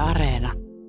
Areena.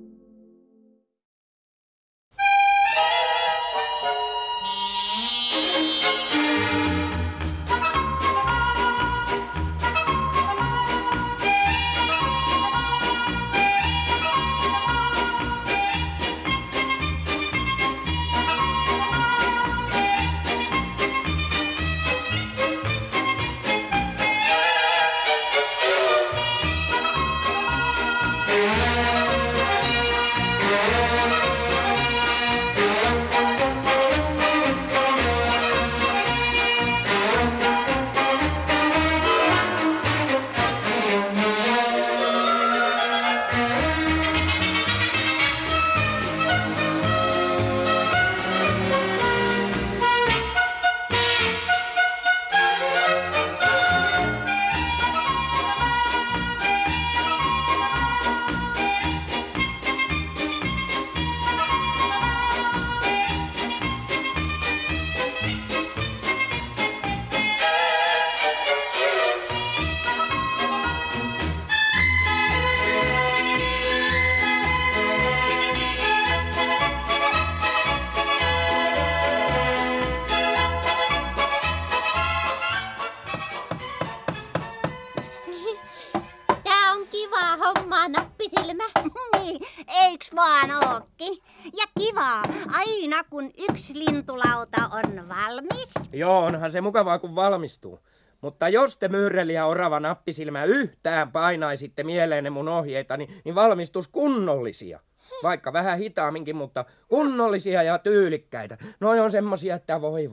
Nappisilmä. Niin, eiks vaan ookki? Ja kivaa, aina kun yksi lintulauta on valmis. Joo, onhan se mukavaa kun valmistuu. Mutta jos te Myyrreli ja Orava Nappisilmä yhtään painaisitte mieleenne mun ohjeita, niin valmistus kunnollisia. Vaikka vähän hitaamminkin, mutta kunnollisia ja tyylikkäitä. Noi on semmosia, että voi.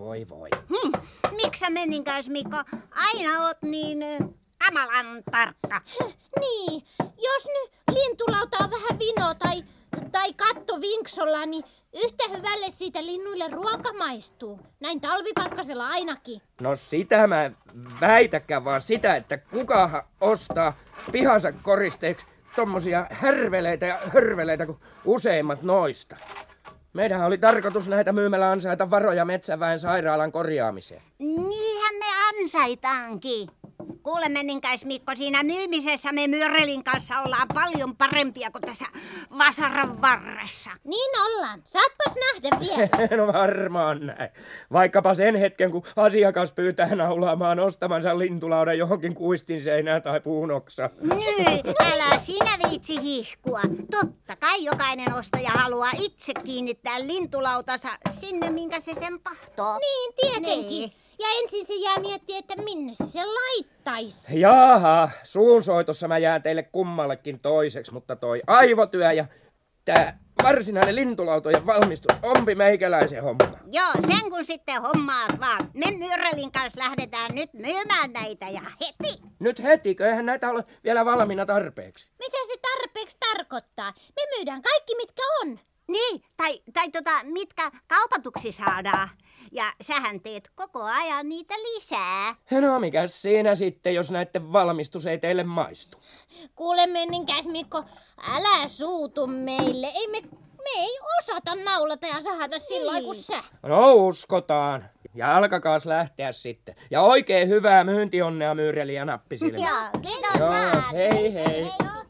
Miksi sä meninkäis, Mikko? Aina oot niin kamalan tarkka. Niin, jos nyt lintulauta on vähän vino tai katto vinksolla, niin yhtä hyvälle siitä linnuille ruoka maistuu. Näin talvipakkasella ainakin. No sitä mä väitäkään, vaan sitä, että kukahan ostaa pihansa koristeeksi tommosia härveleitä ja hörveleitä kuin useimmat noista. Meidän oli tarkoitus näitä myymällä ansaita varoja Metsäväen sairaalan korjaamiseen. Niinhän me ansaitaankin. Kuule meninkäis, Mikko, siinä myymisessä me Myyrrelin kanssa ollaan paljon parempia kuin tässä vasaran varressa. Niin ollaan. Saatpas nähdä vielä. No varmaan näin. Vaikkapa sen hetken, kun asiakas pyytää naulaamaan ostamansa lintulaudan johonkin kuistin seinään tai puunoksaan. Nyt, älä sinä viitsi hihkua. Totta kai jokainen ostaja haluaa itse kiinnittää lintulautansa sinne, minkä se sen tahtoo. Niin, tietenkin. Niin. Ja ensin se jää miettiä, että minne se sen laittaisi. Jaha, suunsoitossa mä jään teille kummallekin toiseksi, mutta toi aivotyö ja tää varsinainen lintulautojen valmistus onpi meikäläisen homma. Joo, sen kun sitten hommaat vaan. Me Myyrrelin kanssa lähdetään nyt myymään näitä ja heti. Nyt hetikö? Eihän näitä ole vielä valmiina tarpeeksi. Mitä se tarpeeksi tarkoittaa? Me myydään kaikki, mitkä on. Niin, tai mitkä kaupatuksi saadaan. Ja sähän teet koko ajan niitä lisää. No mikäs siinä sitten, jos näitten valmistus ei teille maistu? Kuule menninkäs, Mikko, älä suutu meille. Me ei osata naulata ja sahata silloin kuin sä. No uskotaan. Ja alkakaas lähteä sitten. Ja oikein hyvää myyntionnea Myyrreli ja Nappisilmä. Joo, kiitos Joo, vaan. hei.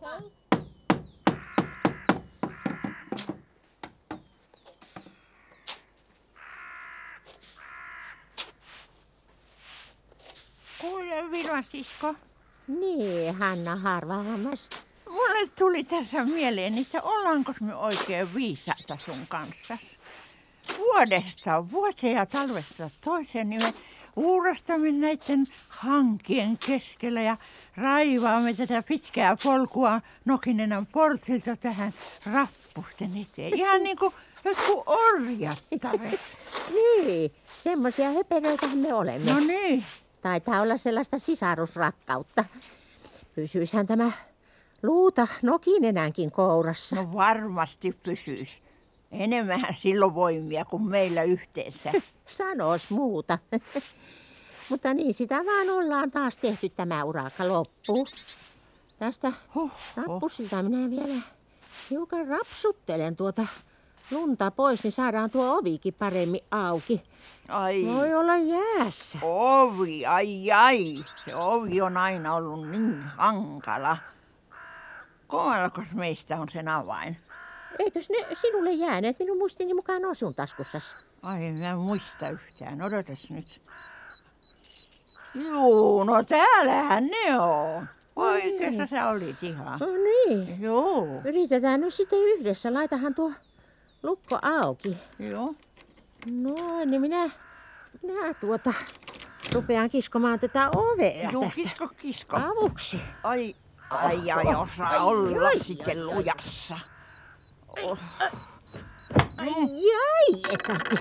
Kuule, Vilma-sisko, Niin, Hanna Harvahammas. mulle tuli tässä mieleen, että ollaanko me oikein viisaita sun kanssa. Vuodesta vuoteen ja talvesta toiseen, niin me uurastamme näiden hankien keskellä ja raivaamme tätä pitkää polkua Nokinenan portilta tähän rappusten eteen. Ihan niin kuin jotkut orjattaret. Niin, semmoisia höperöitähän me olemme. No niin. Taitaa olla sellaista sisarusrakkautta. Pysyishän tämä luuta Nokinenänkin kourassa. No varmasti pysyisi. Enemmänhän silloin voimia kuin meillä yhteensä. Sanois muuta. Mutta niin sitä vaan ollaan taas tehty tämä urakka loppuun. Tästä rappusilta minä vielä hiukan rapsuttelen tuota lunta pois, niin saadaan tuo ovikin paremmin auki. Ai. Voi olla jäässä. Ovi, ai. Se ovi on aina ollut niin hankala. Kummallakos meistä on sen avain? Eikös ne sinulle jääneet minun muistini mukaan on sun taskussas? Ai, mä en muista yhtään. Odotas nyt. Juu, no täällähän ne on. Oikeassa sä olit ihan. No niin. Joo. Yritetään nyt sitten yhdessä. Laitahan tuo lukko auki. Joo. No, niin minä rupean kiskomaan tätä ovea Juu, tästä kisko. avuksi. Ai, osaa olla sitten lujassa. Ai, etaki.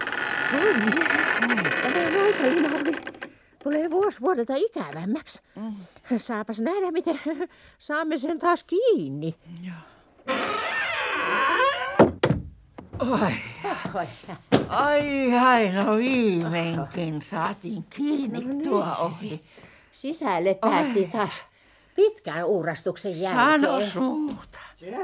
Tämä noitalinauri tulee vuosi vuodelta ikävämmäksi. Saapas nähdä, miten saamme sen taas kiinni. Ai, no viimeinkin saatiin kiinni tuo ovi. Sisälle päästiin taas pitkän uurastuksen jälkeen. Sanos muuta.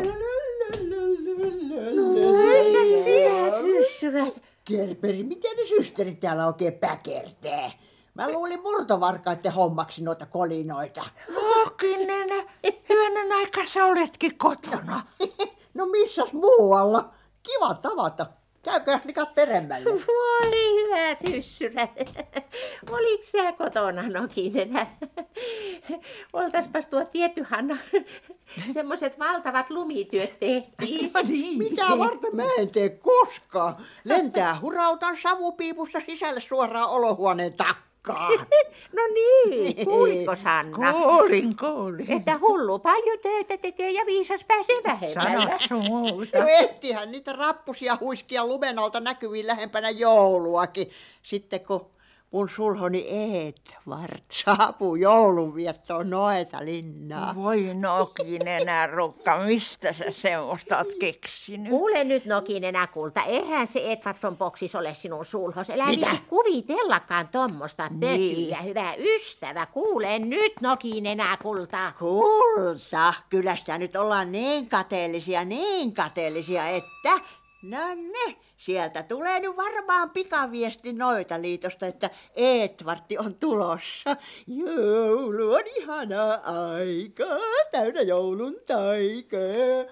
Hyvät hyssyrät. Kerperi, miten ne systerit täällä oikein päkertää? Mä luulin murtovarkaiden hommaksi noita kolinoita. Nokinen, hyvänen aika sä oletkin kotona. No missäs muualla? Kiva tavata. Käykää likat peremmälle. Voi hyvät hyssyrät. Oliko sä kotona, Nokinen? Oltaspas tuo tietty, Hanna. Semmoiset valtavat lumityöt tehtiin. Mitä varten mä en tee koskaan? Lentää hurautan savupiipusta sisälle suoraan olohuoneen takkaan. No niin, kuulitko Sanna? Kuulin. Että hullu paljon töitä tekee ja viisas pääsee vähemmällä. Sano muuta. No ehtihän niitä rappusia huiskia lumen alta näkyviin lähempänä jouluakin. Sitten kun mun sulhoni Edvard saapuu joulunviettoon Noetalinnaan. Voi Nokinen, Rukka, mistä sä semmoista oot keksinyt? Kuule nyt, Nokinen kulta, eihän se Edvard von Boxis ole sinun sulhos. Älä Mitä? viitsi kuvitellakaan tommosta Niin. pötyä, hyvä ystävä. Kuule nyt, Nokinen kulta. Kulta, kyllä sitä nyt ollaan niin kateellisia, että... No ne, sieltä tulee nyt varmaan pikaviesti Noitaliitosta, että Edvardi on tulossa. Joulu on ihanaa aikaa, täynnä joulun taikaa.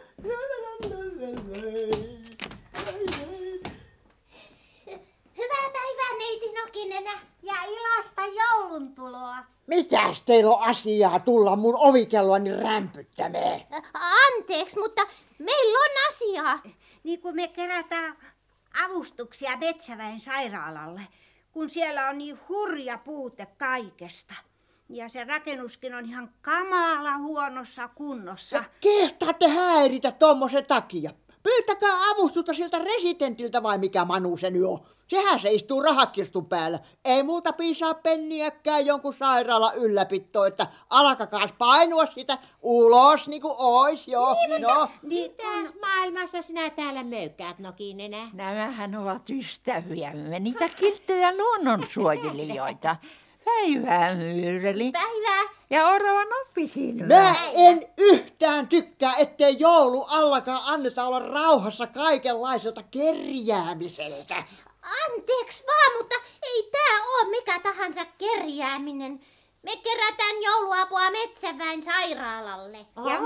Hyvää päivää, neiti Nokinenä. Ja ilosta joulun tuloa. Mitäs teillä on asiaa tulla mun ovikelloani rämpyttämään? Anteeksi, mutta meillä on asiaa. Niin kuin me kerätään avustuksia Metsäväen sairaalalle, kun siellä on niin hurja puute kaikesta. Ja se rakennuskin on ihan kamala huonossa kunnossa. Kehtaatte häiritä tommosen takia. Pyytäkää avustusta siltä residentiltä vai mikä Manu se nyt on. Sehän se istuu rahakirstun päällä. Ei multa piisaa penniäkään jonkun sairaala ylläpittoon, että alkakaas painua sitä ulos niin kuin ois jo. No. Mitäs maailmassa sinä täällä möykkäät, Nokinen? Nämähän ovat ystäviämme, niitä kilttejä luonnonsuojelijoita. Päivää, Myyreli. Päivää. Ja oravan oppisin. Mä en yhtään tykkää, ettei joulu allakaan anneta olla rauhassa kaikenlaiselta kerjäämiseltä. Anteeksi vaan, mutta ei tää oo mikä tahansa kerjääminen. Me kerätään jouluapua Metsäväen sairaalalle.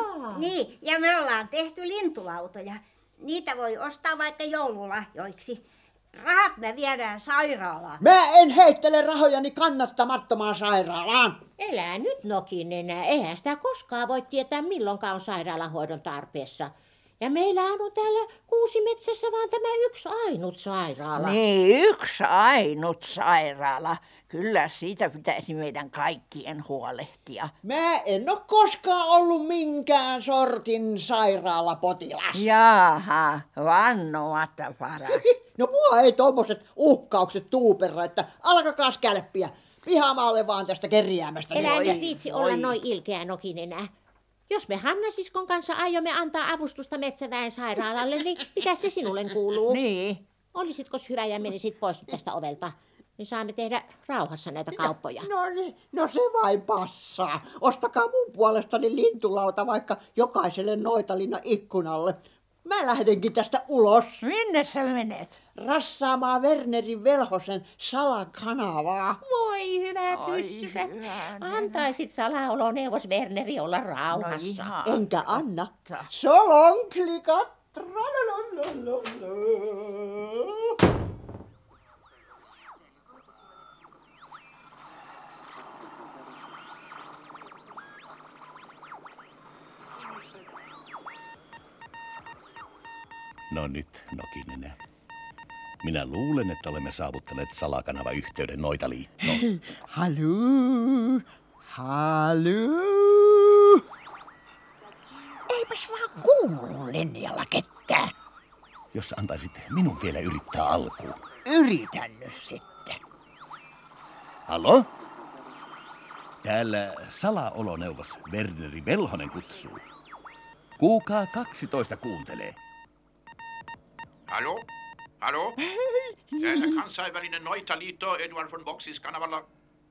Ja me ollaan tehty lintulautoja. Niitä voi ostaa vaikka joululahjoiksi. Rahat me viedään sairaalaan. Mä en heittele rahojani kannattamattomaan sairaalaan. Elää nyt, Nokinen. Eihän sitä koskaan voi tietää, milloinkaan on sairaalahoidon tarpeessa. Ja meillähän on täällä Kuusimetsässä vaan tämä yksi ainut sairaala. Niin, yksi ainut sairaala. Kyllä siitä pitäisi meidän kaikkien huolehtia. Mä en oo koskaan ollut minkään sortin sairaalapotilas. Jaha, vannomatta paras. No mua ei tommoset uhkaukset tuuperra, että alkakaas kälppiä. Pihamaalle vaan tästä kerjäämästä. Elää nyt viitsi olla noin ilkeä, Nokinen. Jos me Hanna-siskon kanssa aiomme antaa avustusta Metsäväen sairaalalle, niin mitä se sinulle kuuluu? Niin. Olisitko hyvä ja menisit pois tästä ovelta? Niin saamme tehdä rauhassa näitä kauppoja. No niin, no se vain passaa. Ostakaa mun puolestani lintulauta vaikka jokaiselle Noitalinnan ikkunalle. Mä lähdenkin tästä ulos. Minne sä menet? Rassaamaan Wernerin velhosen salakanavaa. Voi hyvät ystävät, antaisit salaoloneuvos Werneri olla rauhassa. Enkä anna. Solonklikat. Tralalalala. No nyt, Nokinen. Minä luulen, että olemme saavuttaneet salakanava-yhteyden Noitaliittoon. Haluu. Haluu. Eipäs vaan kuulu linjalla ketään. Jos antaisit minun vielä yrittää alkuun. Yritän nyt sitten. Halo? Täällä salaoloneuvos Werneri Velhonen kutsuu. Kuukaa 12 kuuntelee. Hallo? Hallo? Täällä kansainvälinen Noitaliitto Edward von Boxis kanavalla.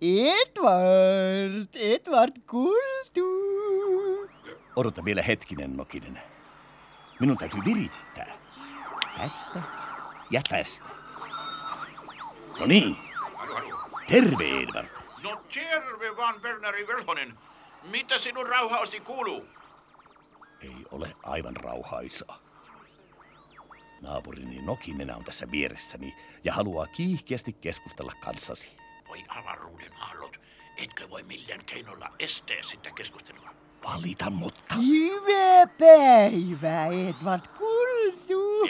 Edward kuultu. Odota vielä hetkinen, Nokinen. Minun täytyy virittää. Tästä ja tästä. No niin. Hallo? Terve, Edward. No terve vaan, Werneri Velhonen. Mitä sinun rauhaasi kuuluu? Ei ole aivan rauhaisaa. Naapurini Nokinen on tässä vieressäni ja haluaa kiihkeästi keskustella kanssasi. Voi avaruuden aallot. Etkö voi millään keinolla estää sitä keskustelua? Valita, mutta... Hyvää päivää, Edward kuultu.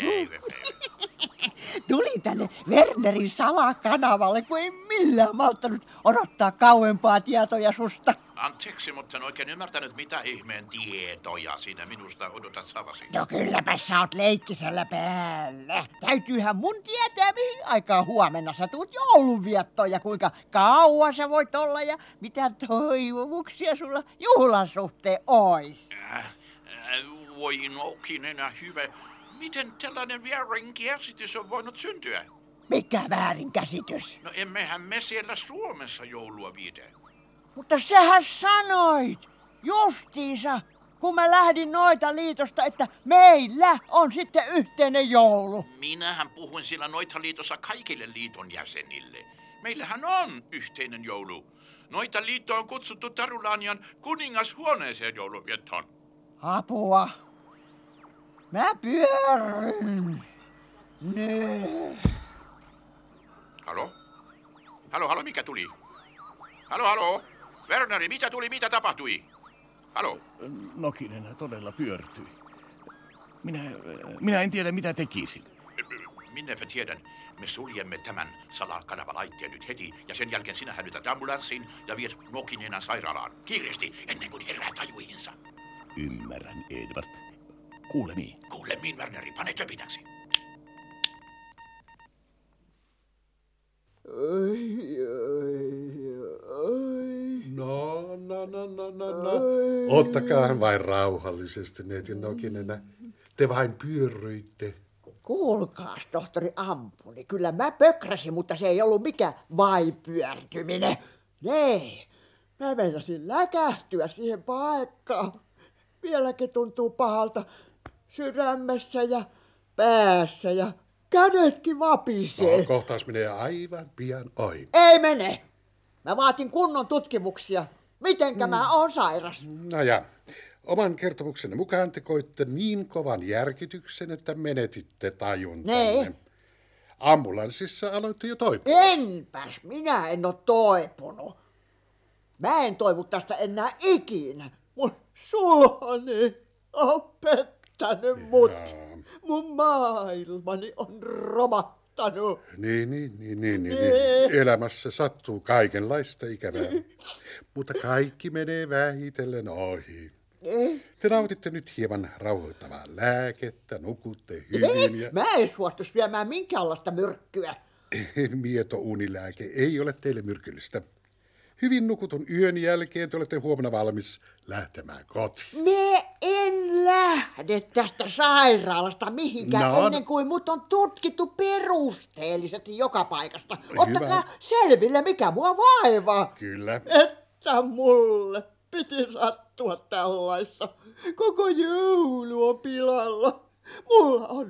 Tulin tänne Wernerin salakanavalle, kun ei millään malttanut odottaa kauempaa tietoja susta. Anteeksi, mutta en oikein ymmärtänyt, mitä ihmeen tietoja sinä minusta odotat saavasi. No kylläpä sä oot leikkisellä päällä. Täytyyhän mun tietää, mihin aikaan huomenna sä tuut joulunviettoon ja kuinka kauan sä voit olla ja mitä toivomuksia sulla juhlan suhteen ois. Voi Nokinen hyvä. Miten tällainen väärinkäsitys on voinut syntyä? Mikä väärinkäsitys? No emmehän me siellä Suomessa joulua vietä. Mutta sähän sanoit justiinsa, kun mä lähdin Noitaliitosta, että meillä on sitten yhteinen joulu. Minähän puhuin siellä Noitaliitossa kaikille liiton jäsenille. Meillähän on yhteinen joulu. Noitaliitto on kutsuttu Tarulanian kuningashuoneeseen jouluviettoon. Apua. Mä pyörryn. Nyt. Halo? Halo, mikä tuli? Halo? Werneri, mitä tuli, mitä tapahtui? Halo? Nokinen todella pyörtyi. Minä en tiedä, mitä tekisin. Minäpä tiedän. Me suljemme tämän salakanavalaitteen nyt heti, ja sen jälkeen sinä hälytät ambulanssin ja viet Nokinenä sairaalaan. Kiireesti, ennen kuin herää tajuihinsa. Ymmärrän, Edward. Kuulemiin. Kuulemiin, Werneri, pane töpinäksi. No. Ottakaa vain rauhallisesti, neiti Nokinenä. Te vain pyörryitte. Kuulkaas, tohtori Ampuni, kyllä mä pökräsin, mutta se ei ollut mikään vaipyörtyminen. Nee, mä meinasin läkähtyä siihen paikkaan. Vieläkin tuntuu pahalta sydämessä ja päässä ja kädetkin vapisee. No, kohtaus menee aivan pian ohi. Ei mene. Mä vaatin kunnon tutkimuksia. Mitenkä mä oon sairas? No ja, oman kertomuksenne mukaan te koitte niin kovan järkytyksen, että menetitte tajuntanne. Nee. Ambulanssissa aloitte jo toipua. Enpäs, minä en oo toipunut. Mä en toivu tästä enää ikinä. Mun sulhani on pettänyt mut. Mun maailmani on romahtanut. Niin. Elämässä sattuu kaikenlaista ikävää. Mutta kaikki menee vähitellen ohi. Te nautitte nyt hieman rauhoittavaa lääkettä, nukutte hyvin ja... Mä en suostu syömään minkäänlaista myrkkyä. Mietounilääke ei ole teille myrkyllistä. Hyvin nukutun yön jälkeen te olette huomenna valmis lähtemään kotiin. Me en lähde tästä sairaalasta mihinkään ennen kuin mut on tutkittu perusteellisesti joka paikasta. Ottakaa selville, mikä mua vaivaa. Kyllä. Että mulle piti sattua tällaista. Koko joulu on pilalla.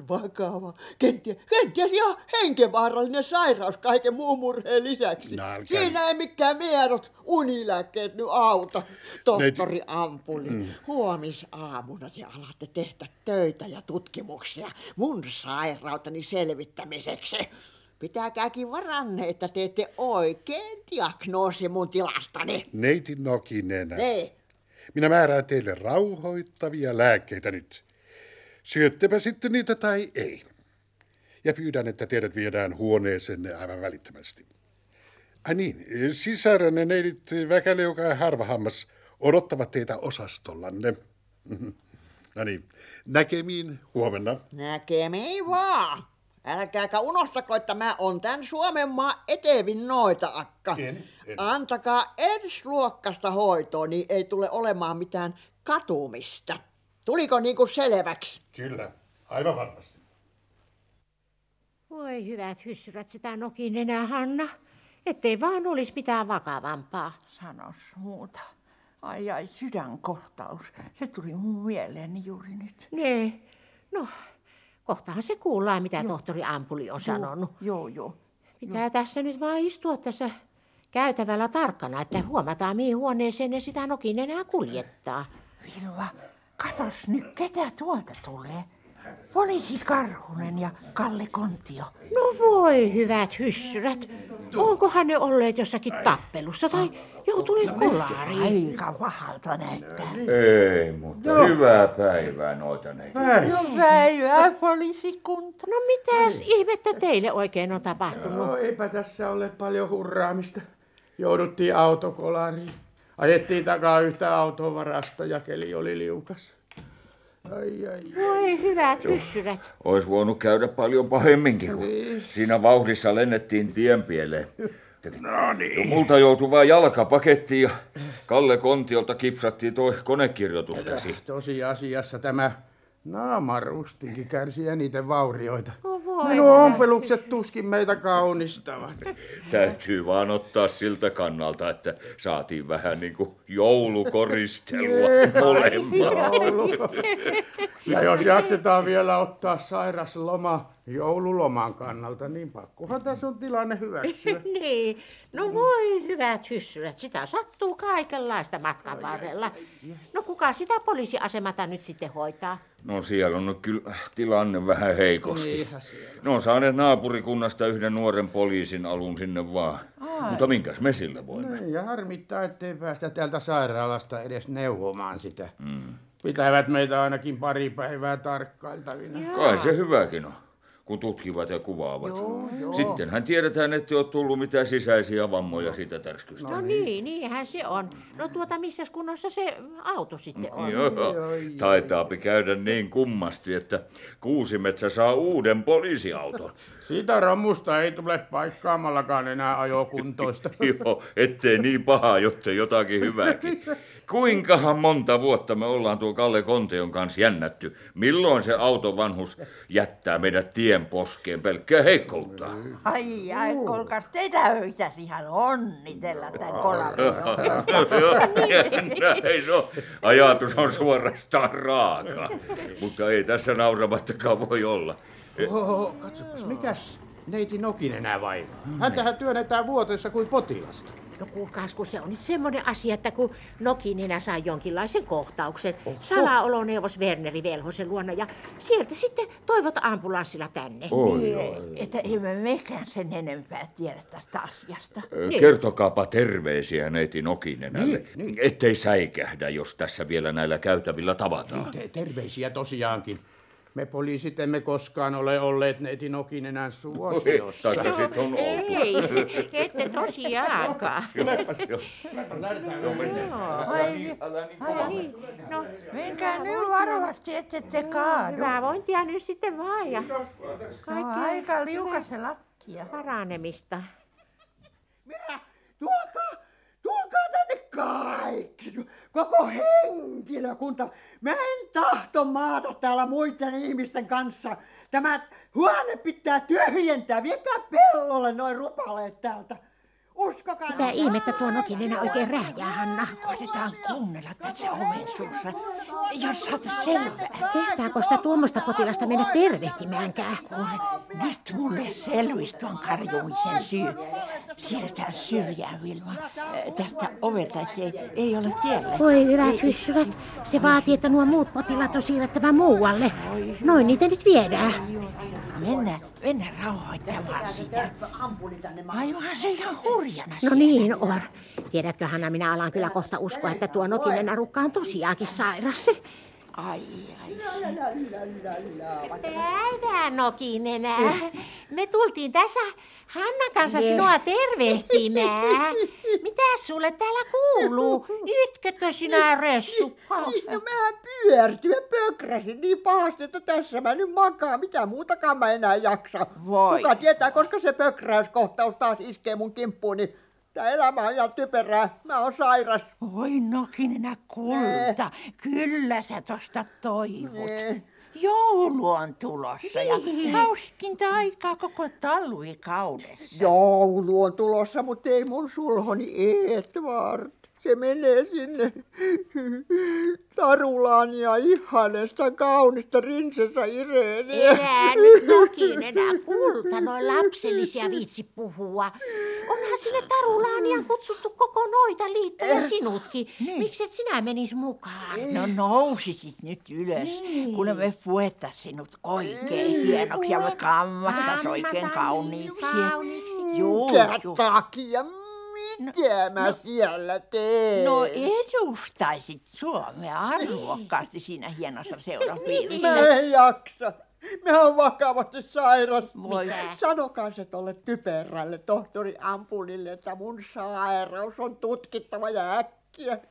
vakava. Kenties ihan hengenvaarallinen sairaus kaiken muun murheen lisäksi. Nälkä. Siinä ei mikään mierot unilääkkeet nyt auta. Tohtori Ampuli, huomisaamuna te alatte tehdä töitä ja tutkimuksia mun sairauteni selvittämiseksi. Pitäkääkin varanne, että teette oikein diagnoosi mun tilastani. Neiti Nokinenä. Ei. Minä määrään teille rauhoittavia lääkkeitä nyt. Syöttepä sitten niitä tai ei. Ja pyydän, että teidät viedään huoneeseenne aivan välittömästi. Ai niin, sisarenne neidit Väkäleuka ja Harvahammas odottavat teitä osastollanne. No niin, näkemiin huomenna. Näkemiin vaan. Älkääkä unohtako, että mä on tän Suomen maan etevin noita-akka. En. Antakaa ensiluokkasta hoitoa, niin ei tule olemaan mitään katumista. Tuliko niinku selväksi? Kyllä, aivan varmasti. Voi hyvät hyssyrät sitä nokin enää, Hanna. Ettei vaan olisi mitään vakavampaa. Sanos muuta. Ai, sydänkohtaus. Se tuli mun mieleeni juuri nyt. Nee, no, kohtahan se kuullaan, mitä tohtori Ampuli on sanonut. Joo. Pitää tässä nyt vaan istua tässä käytävällä tarkkana, että huomataan, mihin huoneeseen ne sitä nokin enää kuljettaa. Vilma, katos nyt, ketä tuolta tulee. Poliisi Karhunen ja Kalle Kontio. No voi hyvät hyssyrät. Onkohan ne olleet jossakin tappelussa tai joutuneet kolariin? Aika vahalta näyttää. Ei, mutta hyvää päivää noita näitä. No päivää, poliisikunta. No mitäs ihmettä teille oikein on tapahtunut? No eipä tässä ole paljon hurraamista. Jouduttiin autokolariin. Ajettiin takaa yhtä autovarasta ja keli oli liukas. Ai. Voi hyvät hyssyrät. Ois voinut käydä paljon pahemminkin, kun siinä vauhdissa lennettiin tien pieleen. No niin. Multa joutui vaan jalkapakettiin ja Kalle Kontiolta kipsattiin toi konekirjoituskäsi. Tosiasiassa tämä naamarustinkin kärsii eniten vaurioita. No voi Nuo ompelukset tuskin meitä kaunistavat. Täytyy vaan ottaa siltä kannalta, että saatiin vähän niin kuin joulukoristelua molemmat. Ja jos jaksetaan vielä ottaa sairasloma joululoman kannalta, niin pakkohan tässä on tilanne hyväksyä. Niin, no voi hyvät hyssyrät, sitä sattuu kaikenlaista matkan varrella. No kuka sitä poliisiasemata nyt sitten hoitaa? No siellä on kyllä tilanne vähän heikosti. Ne on saaneet naapurikunnasta yhden nuoren poliisin alun sinne vaan. Mutta minkäs me sillä voimme? No, ja harmittaa, ettei päästä täältä sairaalasta edes neuvomaan sitä. Pitävät meitä ainakin pari päivää tarkkailtavina. Kai se hyväkin on, kun tutkivat ja kuvaavat. Sittenhän tiedetään, ettei ole tullut mitään sisäisiä vammoja siitä tärskystä. No niinhän se on. No missäs kunnossa se auto sitten on? Joo, taitaapi käydä niin kummasti, että Kuusimetsä saa uuden poliisiauton. Siitä romusta ei tule paikkaamallakaan enää ajokuntoista. Joo, ettei niin pahaa, jottei jotakin hyvääkin. Kuinkahan monta vuotta me ollaan tuo Kalle Kontion kanssa jännätty. Milloin se autovanhus jättää meidät tien poskeen pelkkää heikkoutta? Ai, kolkas, teitä pitäisi ihan onnitella tämän kolarin. Näin on. Ajatus on suorastaan raaka. Mutta ei tässä nauramattakaan voi olla. Oho, katsopas, mikäs neiti Nokin enää vai? Häntähän työnnetään vuoteessa kuin potilasta. No kuulkaas, kun se on nyt semmoinen asia, että kun Nokinenä sai jonkinlaisen kohtauksen, salaoloneuvos Werneri Velhosen luona ja sieltä sitten toivot ambulanssilla tänne. Että emme mekään sen enempää tiedä tästä asiasta. Kertokaapa terveisiä neiti Nokinenälle, ettei säikähdä, jos tässä vielä näillä käytävillä tavataan. Terveisiä tosiaankin. Me poliisit emme koskaan ole olleet neiti Nokinenän suosiossa. Sitten on Ei, ette tosiaankaan. No, menkää nyt varovasti, ette te kaadu. Mä voin tiedä nyt sitten vaan ja Aika liukas se lattia. paranemista. Tuokaa tänne kaikki, koko henkilökunta. Mä en tahto maata täällä muiden ihmisten kanssa. Tämä huone pitää tyhjentää, viekää pellolle noin rupaleet täältä. Uskokaa. Mitä ihmettä tuo Nokinen oikein rähjää, Hanna? Koitetaan kuunnella tässä oven suussa, jos saata selvää. Kehtaako sitä tuommoista potilasta mennä tervehtimäänkään? Nyt mulle selvisi tuon karjumisen syy. Siirrytään syrjään, Vilma. Tästä ovelta, ettei ei ole tiellä. Voi hyvät hyssyrät. Se vaatii, että nuo muut potilaat on siirrettävä muualle. Noin niitä nyt viedään. Mennään rauhoittamaan sitä. Aivan se ihan hurjana No niin on. Tiedätkö, Hanna, minä alan kyllä kohta uskoa, että tuo Nokinen arukka on tosiaankin sairas. Ai. Päivää, Nokinen. Me tultiin tässä Hannan kanssa sinua tervehtimään. Mitäs sulle täällä kuuluu? Itketkö sinä, Ressukka? No mähän pyörtyin ja pökräsin niin pahasti, että tässä mä nyt makaan. Mitä muutakaan mä enää jaksa. Voi. Kuka tietää, koska se pökräyskohtaus taas iskee mun kimppuun, niin tää elämä on ihan typerää. Mä oon sairas. Voi Nokinen kulta, kyllä sä tosta toivot. Joulu on tulossa ja hauskinta aikaa koko talvikaudessa. Joulu on tulossa, mutta ei mun sulhoni Edvard. Se menee sinne Tarulaania ihanesta kaunista prinsessa Ireeniä. Elää nyt Nokinen kulta, noin lapsellisia viitsi puhua. Onhan sille Tarulaaniaan kutsuttu koko Noita-liitto ja sinutkin. Miksi et sinä menis mukaan? No nousisit nyt ylös, kun me puettais sinut oikein hienoksi ja me kammattais oikein kauniiksi. Minkä takia? Mitä mä siellä teen? No edustaisit Suomea arvokkaasti siinä hienossa seurapiirissä. Mä en jaksa. Mä oon vakavasti sairas. Voi. Sanokaa se tolle typerälle tohtori Ampulille, että mun sairaus on tutkittava ja äkkiä.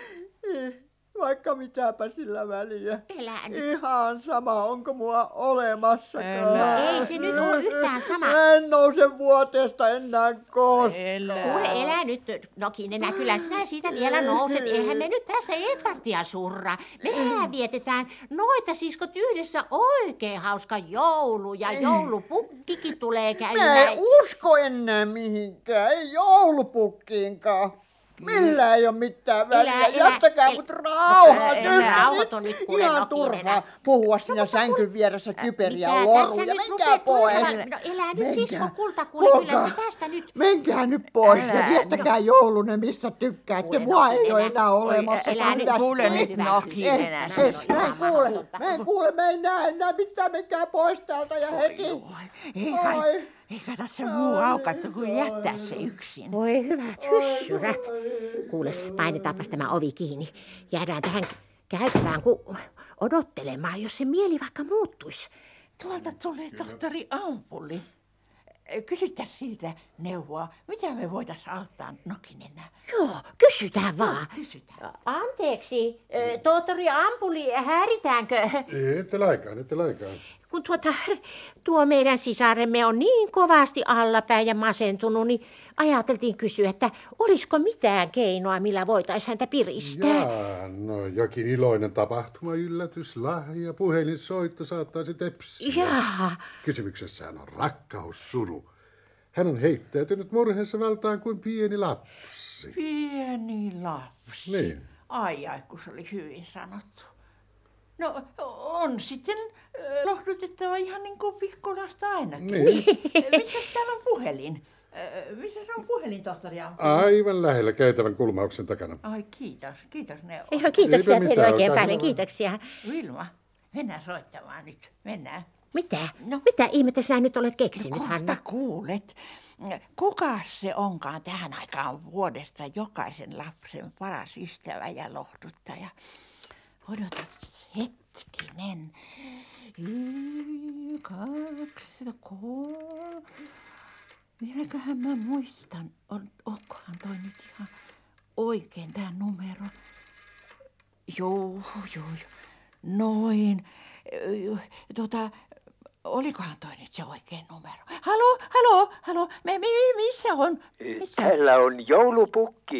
Vaikka mitäpä sillä väliä. Elää nyt. Ihan sama, onko mua olemassakaan. No ei se nyt ole yhtään sama. En nouse vuoteesta enää koskaan. Kuule, elä nyt, Nokinen, kyllä sinä siitä vielä nouset. Eihän me nyt tässä Edvardia surra. Mehän vietetään Noita siskot yhdessä oikein hauska joulu ja joulupukkikin tulee käymään. Mä en usko enää mihinkään, ei joulupukkiinkaan. Millä ei ole mitään väliä. Jättäkää mut rauhaan. Rauhoiton nyt, kuule, ihan turhaa puhua siinä sänkyn vieressä typeriä loruja. Menkää pois. No elää nyt sisko kulta, kuule, kyllä se tästä nyt. Menkää nyt pois ja viettäkää joulunne missä tykkäätte. Mua ei ole enää olemassa. Elää nyt, kuule nyt Nokinen. Mä en kuule, mä en näe enää mitään. Menkää pois täältä ja heti. Ei kato se muu aukaistu kuin jättää se yksin. Voi hyvät hyssyrät. Kuules, painetaanpas tämä ovi kiinni. Jäädään tähän käytävään odottelemaan, jos se mieli vaikka muuttuisi. Tuolta tulee tohtori Ampuli. Kysyttäis siltä neuvoa, mitä me voitais auttaa Nokinenä. Joo, kysytään vaan. Kysytään. Anteeksi, tohtori Ampuli, häiritäänkö? Ette lainkaan. Kun tuo meidän sisaremme on niin kovasti allapäin ja masentunut, niin ajateltiin kysyä, että olisiko mitään keinoa, millä voitaisiin häntä piristää. Jaa, no jokin iloinen tapahtuma, yllätys, lahja, puhelinsoitto saattaisi tepsiä. Jaa. Kysymyksessään on rakkaussuru. Hän on heittäytynyt murheessa valtaan kuin pieni lapsi. Pieni lapsi? Niin. Ai, kun se oli hyvin sanottu. No, on sitten lohdutettava ihan niin kuin Vikkulasta ainakin. Niin. Missäs täällä on puhelin? Missä se on puhelin, tohtori Ampuli? Aivan lähellä käytävän kulmauksen takana. Ai, kiitos neuvo. Joo, kiitoksia teille oikein paljon, kiitoksia. Vilma, mennään soittamaan nyt, mennään. Mitä? No. Mitä ihmettä sä nyt olet keksinyt, no, Hanna? Kuulet, kuka se onkaan tähän aikaan vuodesta jokaisen lapsen paras ystävä ja lohduttaja? Odotat hetkinen. 2, 3. Vieläköhän mä muistan, onkohan toi nyt ihan oikein tää numero? Joo. Noin. Olikohan toi nyt se oikein numero? Halo? Missä on? Missä? Täällä on joulupukki.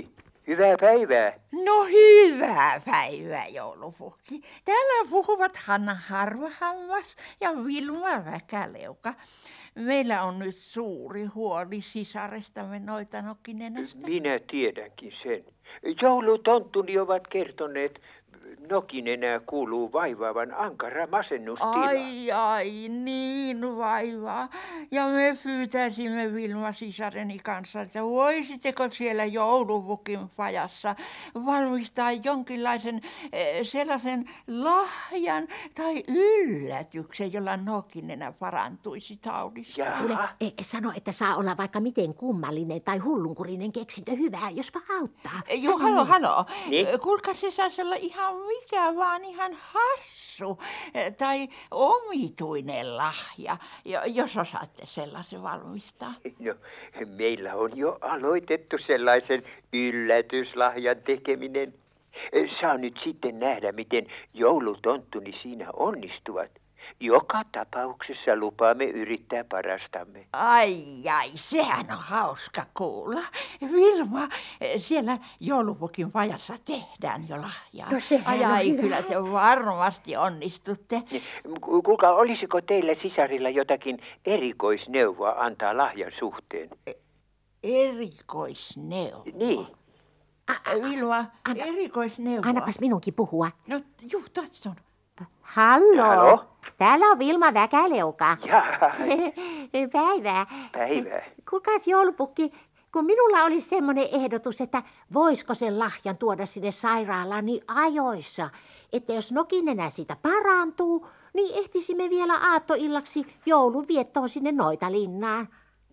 Hyvää päivää. No hyvää päivää, joulupukki. Täällä puhuvat Hanna Harvahammas ja Vilma Väkäleuka. Meillä on nyt suuri huoli sisarestamme Noita-Nokinenästä. Minä tiedänkin sen. Joulutonttuni ovat kertoneet, Nokinenä kuuluu vaivaavan ankara masennustila. Ai, niin vaivaa. Ja me pyytäisimme Vilma sisareni kanssa, että voisitteko siellä joulupukin pajassa valmistaa jonkinlaisen sellaisen lahjan tai yllätyksen, jolla Nokinenä parantuisi taudista. Kuule, sano, että saa olla vaikka miten kummallinen tai hullunkurinen keksintö hyvää, jospa auttaa. Joo, halo. Niin? Kuulkaa, se saisi olla ihan mikä vaan ihan hassu tai omituinen lahja, jos osaatte sellaisen valmistaa. No, meillä on jo aloitettu sellaisen yllätyslahjan tekeminen. Saa nyt sitten nähdä, miten joulutonttuni siinä onnistuvat. Joka tapauksessa lupaamme yrittää parastamme. Ai, sehän on hauska kuulla. Vilma, siellä joulupukin pajassa tehdään jo lahjaa. No sehän on hyvä. Kyllä te varmasti onnistutte. Kuulkaa, olisiko teillä sisarilla jotakin erikoisneuvoa antaa lahjan suhteen? Erikoisneuvo? Niin. Vilma, erikoisneuvoa. Annapas minunkin puhua. No, tatson. Hallo. Täällä on Vilma Väkäleuka. Päivää. Kuulkaas joulupukki, kun minulla olisi semmoinen ehdotus, että voisiko sen lahjan tuoda sinne sairaalaan niin ajoissa, että jos Nokinenä siitä parantuu, niin ehtisimme vielä aattoillaksi joulunviettoon sinne Noitalinnaan.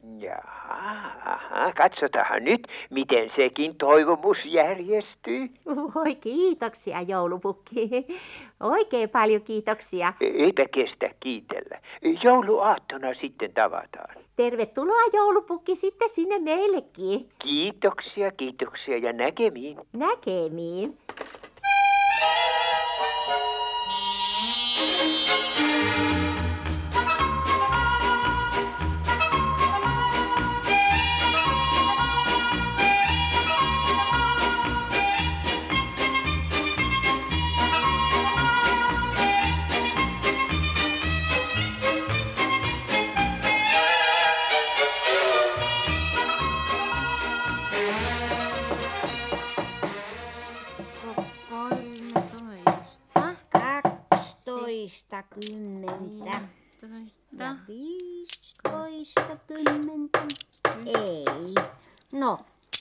Jaha, katsotaan nyt, miten sekin toivomus järjestyy. Voi kiitoksia, joulupukki. Oikein paljon kiitoksia. Eipä kestä kiitellä. Jouluaattona sitten tavataan. Tervetuloa, joulupukki, sitten sinne meillekin. Kiitoksia ja näkemiin. Näkemiin. Kymmentä. Ja 15 kymmentä. Ei. No.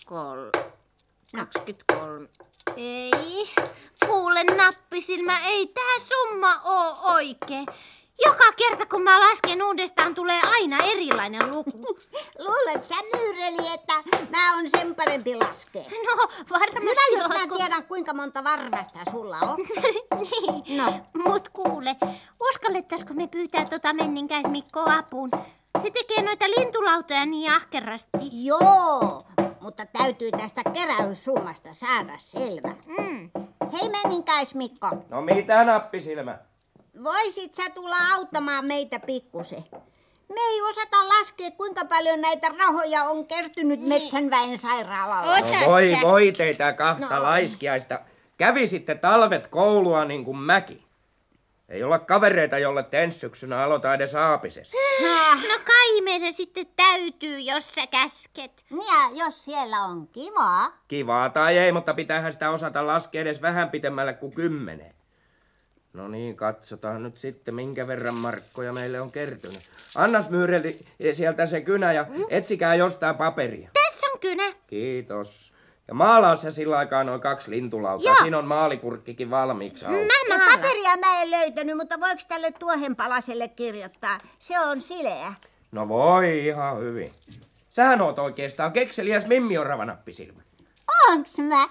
23. Ei. Kuule, nappisilmä, ei tää summa oo oikee. Joka kerta kun mä lasken uudestaan, tulee aina erilainen luku. Luulet sä, Myyreli, että mä oon sen parempi laskea? No, varmasti. Hyvä, jos mä tiedän, kuinka monta varvasta sulla on. Niin, no. Mut kuule, uskallettaisiko me pyytää Menninkäis Mikkoa apuun? Se tekee noita lintulautoja niin ahkerasti. Joo, mutta täytyy tästä keräyssummasta saada selvä. Hei Menninkäis Mikko. No mitä, nappisilmä? Voisit sä tulla auttamaan meitä pikkusen? Me ei osata laskea, kuinka paljon näitä rahoja on kertynyt Metsänväen sairaalalle. No voi teitä kahta laiskiaista. Kävisitte talvet koulua niin kuin mäkin. Ei olla kavereita, jolle te ensi syksynä aloita edes aapisessa. No kai meidän sitten täytyy, jos sä käsket. Ja jos siellä on kivaa. Kivaa tai ei, mutta pitäähän sitä osata laskea edes vähän pitemmälle kuin 10. No niin, katsotaan nyt sitten, minkä verran markkoja meille on kertynyt. Annas Myyreli sieltä se kynä ja etsikää jostain paperia. Tässä on kynä. Kiitos. Ja maalaa se sillä aikaa noin 2 lintulautaa. Siinä on maalipurkkikin valmiiksi. No paperia mä en löytänyt, mutta voiko tälle tuohenpalaselle kirjoittaa? Se on sileä. No voi ihan hyvin. Sähän oot oikeastaan kekseliäs Mimmi-orava, nappisilmä. Onks mä?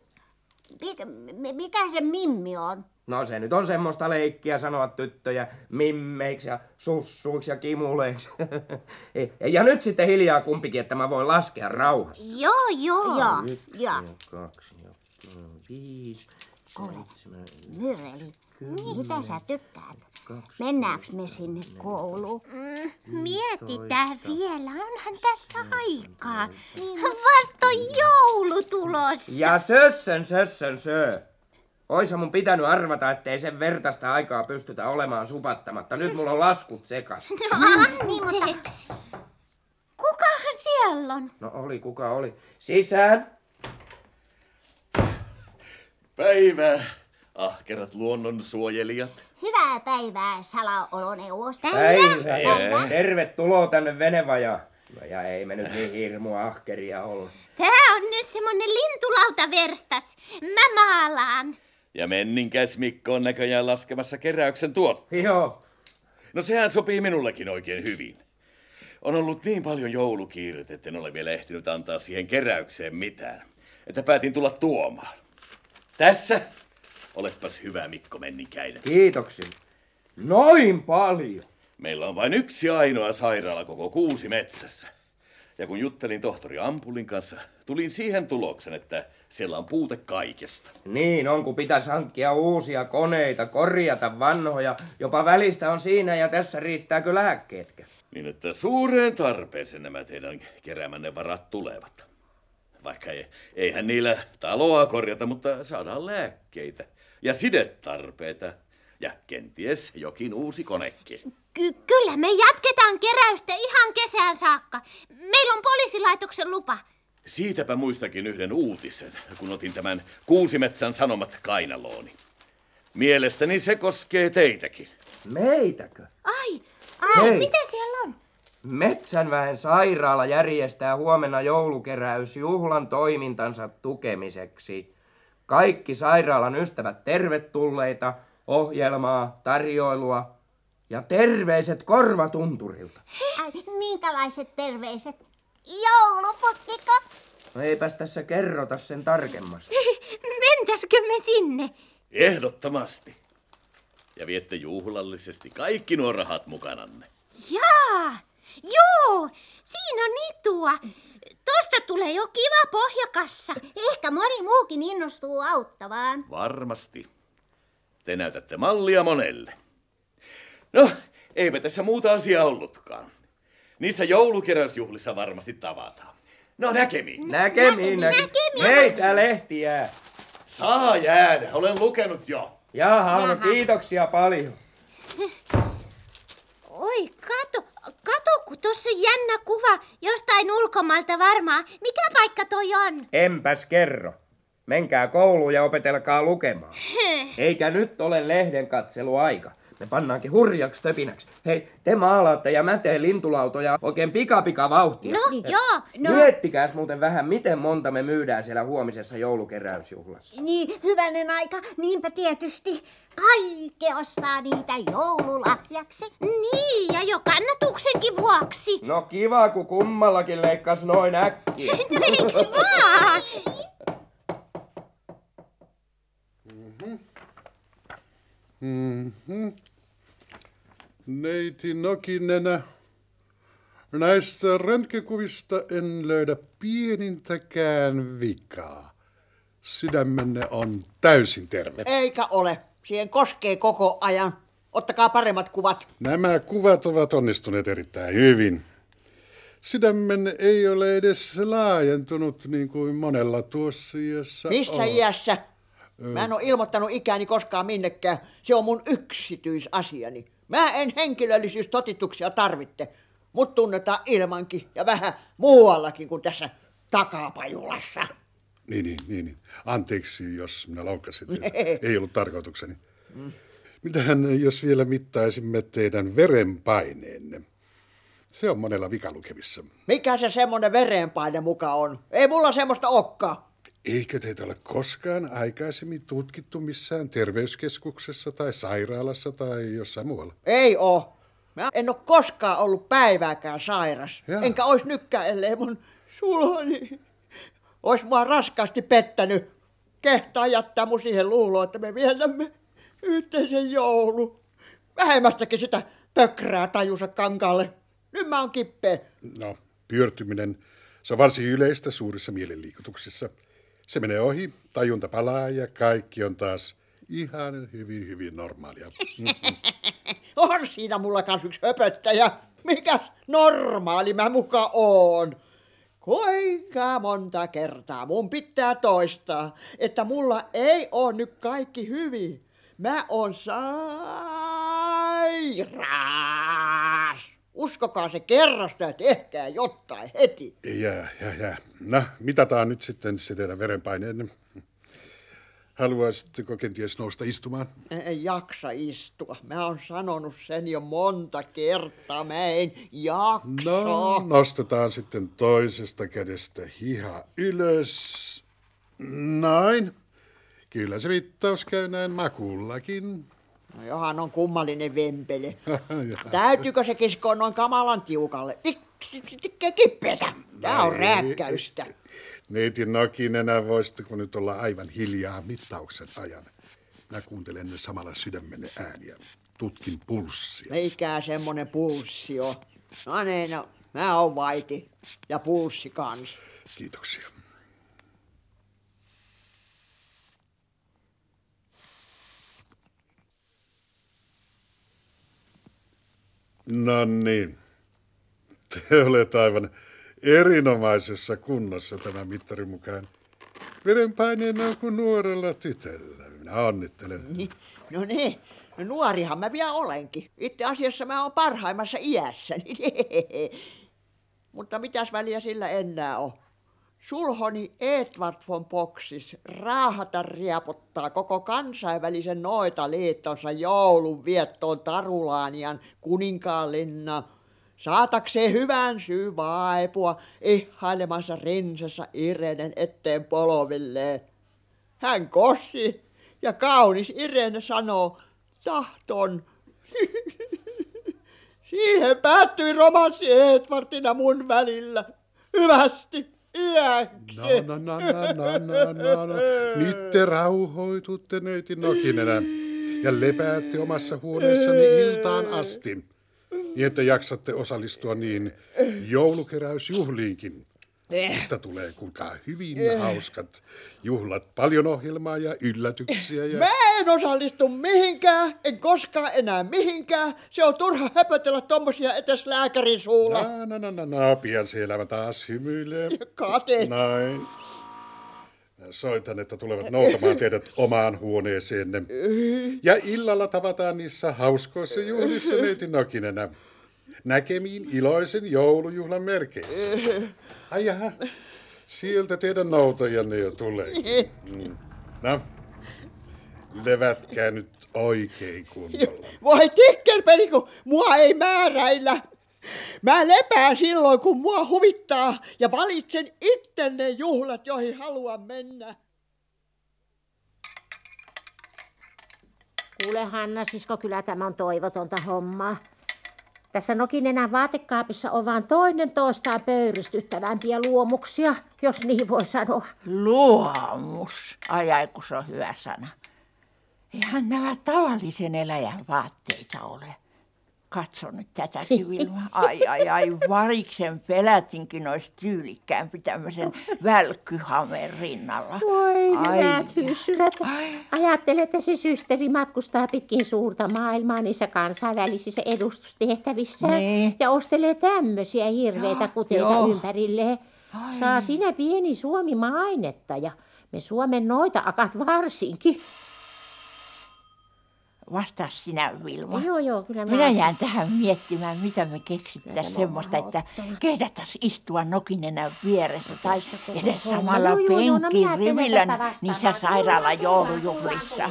Mikä se Mimmi on? No se nyt on semmoista leikkiä sanoa tyttöjä mimmeiksi ja sussuiksi ja kimuleiksi. Ja nyt sitten hiljaa kumpikin, että mä voin laskea rauhassa. Joo. 1 ja 2 ja 5, 7, Myyreli, mitä sä tykkäät? Mennäänkö me sinne kouluun? Mietitään vielä, onhan tässä aikaa. Vasta on joulu tulossa. Ja sössön. Oisa mun pitänyt arvata, ettei sen vertaista aikaa pystytä olemaan supattamatta. Nyt mulla on laskut sekas. Anteeksi. Kukahan siellä on? No oli, kuka oli. Sisään. Päivää, ahkerat luonnonsuojelijat. Hyvää päivää, salaoloneuvos. Päivää. Tervetuloa tänne Venevajaan. No ja ei me nyt niin hirmua ahkeria olla. Tää on nyt semmonen lintulautaverstas. Mä maalaan. Ja Menninkäis Mikko on näköjään laskemassa keräyksen tuotteita. Joo. No sehän sopii minullekin oikein hyvin. On ollut niin paljon joulukiiret, etten ole vielä ehtinyt antaa siihen keräykseen mitään. Että päätin tulla tuomaan. Tässä. Olepas hyvä, Mikko Menninkäinen. Kiitoksia. Noin paljon. Meillä on vain yksi ainoa sairaala koko Kuusimetsässä. Ja kun juttelin tohtori Ampulin kanssa, tulin siihen tuloksen, että siellä on puute kaikesta. Niin on, kun pitäisi hankkia uusia koneita, korjata vanhoja. Jopa välistä on siinä ja tässä riittääkö lääkkeetkä. Niin, että suureen tarpeeseen nämä teidän keräämänne varat tulevat. Vaikka eihän niillä taloa korjata, mutta saadaan lääkkeitä ja sidetarpeita. Ja kenties jokin uusi konekin. Kyllä me jatketaan keräystä ihan kesään saakka. Meillä on poliisilaitoksen lupa. Siitäpä muistakin yhden uutisen, kun otin tämän Kuusimetsän Sanomat kainalooni. Mielestäni se koskee teitäkin. Meitäkö? Ai, Hei. mitä siellä on? Metsänväen sairaala järjestää huomenna joulukeräysjuhlan toimintansa tukemiseksi. Kaikki sairaalan ystävät tervetulleita, ohjelmaa, tarjoilua ja terveiset Korvatunturilta. Minkälaiset terveiset? Joulupukkiko? No eipäs tässä kerrota sen tarkemmasti. Mentäskö me sinne? Ehdottomasti. Ja viette juhlallisesti kaikki nuo rahat mukananne. Jaa, joo, siinä on itua. Tosta tulee jo kiva pohjakassa. Ehkä moni muukin innostuu auttamaan. Varmasti. Te näytätte mallia monelle. No, eipä tässä muuta asiaa ollutkaan. Niissä joulukeräysjuhlissa varmasti tavataan. No näkemiin. Näkemiin. Meitä lehtiä. Saa jäädä, olen lukenut jo. Jaha, no kiitoksia paljon. Oi, kato, kun tossa on jännä kuva jostain ulkomailta varmaan. Mikä paikka toi on? Enpäs kerro. Menkää kouluun ja opetelkaa lukemaan. Eikä nyt ole lehden katseluaika. Me pannaankin hurjaksi töpinäksi. Hei, te maalaatte ja mä teen lintulautoja oikein pika vauhtia. No, joo. No. Miettikääs muuten vähän, miten monta me myydään siellä huomisessa joulukeräysjuhlassa. Niin, hyvänen aika, niinpä tietysti. Kaikki ostaa niitä joululahjaksi. Niin, ja jo kannatuksenkin vuoksi. No kiva, kun kummallakin leikkas noin äkkiä. No eiks vaan? Neiti Nokinenä, näistä röntgenkuvista en löydä pienintäkään vikaa. Sydämenne on täysin terve. Eikä ole. Siihen koskee koko ajan. Ottakaa paremmat kuvat. Nämä kuvat ovat onnistuneet erittäin hyvin. Sydämenne ei ole edes laajentunut niin kuin monella tuossa iässä. Missä iässä? Mä en ole ilmoittanut ikäni koskaan minnekään. Se on mun yksityisasiani. Mä en henkilöllisyystotituksia tarvitte. Mut tunnetaan ilmankin ja vähän muuallakin kuin tässä takapajulassa. Niin. Anteeksi, jos minä loukkasin teitä. Ei ollut tarkoitukseni. Mitähän, jos vielä mittaisimme teidän verenpaineenne? Se on monella vikalukemissa. Mikä se semmonen verenpaine muka on? Ei mulla semmoista okkaa. Eikö teitä ole koskaan aikaisemmin tutkittu missään terveyskeskuksessa tai sairaalassa tai jossain muualla? Ei oo. Mä en oo koskaan ollut päivääkään sairas. Jaa. Enkä ois nytkään, ellei mun sulhani ois mua raskaasti pettänyt. Kehtaa jättää mun siihen luuloon, että me vietämme yhteisen joulu. Vähemmästäkin sitä pökrää tajusa kankaalle. Nyt mä oon kippeä. No, pyörtyminen, se on varsin yleistä suurissa mielenliikutuksissa. Se menee ohi, tajunta palaa ja kaikki on taas ihan hyvin normaalia. On siinä mulla kans yksi höpöttäjä. Mikäs normaali mä muka oon? Kuinka monta kertaa mun pitää toistaa, että mulla ei oo nyt kaikki hyvin. Mä oon sairas. Uskokaa se kerrasta ja tehkää jotain heti. Ja. No, mitataan nyt sitten se teidän verenpaineenne. Haluaisitteko kenties nousta istumaan? En jaksa istua. Mä oon sanonut sen jo monta kertaa. Mä en jaksa. No, nostetaan sitten toisesta kädestä hiha ylös. Noin. Kyllä se mittaus käy näin makullakin. No johan on kummallinen vempele. Täytyykö se kiskoa noin kamalan tiukalle? Kippeetä. Tää on rääkkäystä. Neiti Nokinen, voisitteko nyt olla aivan hiljaa mittauksen ajan? Mä kuuntelen ne samalla sydämenne ääniä. Tutkin pulssia. Mikä semmonen pulssi on? No niin, no, mä oon vaiti. Ja pulssi kans. Kiitoksia. No niin. Te olette aivan erinomaisessa kunnossa tämän mittarin mukaan. Verenpaineena on kuin nuorella tytöllä. Minä onnittelen. No niin, no nuorihan mä vielä olenkin. Itse asiassa mä oon parhaimmassa iässäni. Mutta mitäs väliä sillä enää on? Sulhoni Edward von Boxis raahata riapottaa koko kansainvälisen noitaliittonsa joulunviettoon Tarulaanian kuninkaanlinnaan. Saatakseen hyvän syy vaipua ihailemassa rinsassa Irenen eteen polvilleen. Hän kossi ja kaunis Irene sanoo tahton. Siihen päättyi romanssi Edwardina mun välillä. Hyvästi, iäksi. No. Nyt te rauhoitutte, neiti Nokinen, ja lepäätte omassa huoneessanne iltaan asti. Niin, että jaksatte osallistua niin joulukeräysjuhliinkin. Mistä tulee kuinka hyvin hauskat juhlat, paljon ohjelmaa ja yllätyksiä. Ja... Mä en osallistu mihinkään, en koskaan enää mihinkään. Se on turha höpötellä tommosia etes lääkärin suulla. No, pian se elämä taas hymyilee. Kate. Noin. Soitan, että tulevat noutamaan teidät omaan huoneeseenne. Ja illalla tavataan niissä hauskoissa juhlissa, neiti Nokinen. Näkemiin iloisen joulujuhlan merkeissä. Ai jaha, sieltä teidän noutajanne jo tulee. No, levätkää nyt oikein kunnolla. Voi tikkerpeli, kun mua ei määräillä. Mä lepään silloin, kun mua huvittaa ja valitsen itse ne juhlat, joihin haluan mennä. Kuule Hanna, sisko, kyllä tämä on toivotonta hommaa. Tässä Nokinenän vaatekaapissa on vaan toinen toistaan pöyristyttävämpiä luomuksia, jos niin voi sanoa. Luomus. Ai, kun se on hyvä sana. Eihän nämä tavallisen eläjän vaatteita ole. Katso nyt tätäkin, Vilma. Ai, variksen pelätinkin olisi tyylikkäämpi tämmöisen välkkyhameen rinnalla. Voi hyvät hyssylät. Ajattelet, että se systeri matkustaa pitkin suurta maailmaa niissä kansainvälisissä edustustehtävissä ja ostelee tämmöisiä hirveitä kuteita ympärilleen. Saa sinä pieni Suomi mainetta ja me Suomen noita-akat varsinkin. Vastaa sinä, Vilma. Joo, kyllä minä jään tähän miettimään, mitä me keksittäisiin semmoista, että kehdattaisiin istua Nokinenän vieressä tai edes samalla penkin rivillä niissä sairaalan joulujuhlissa.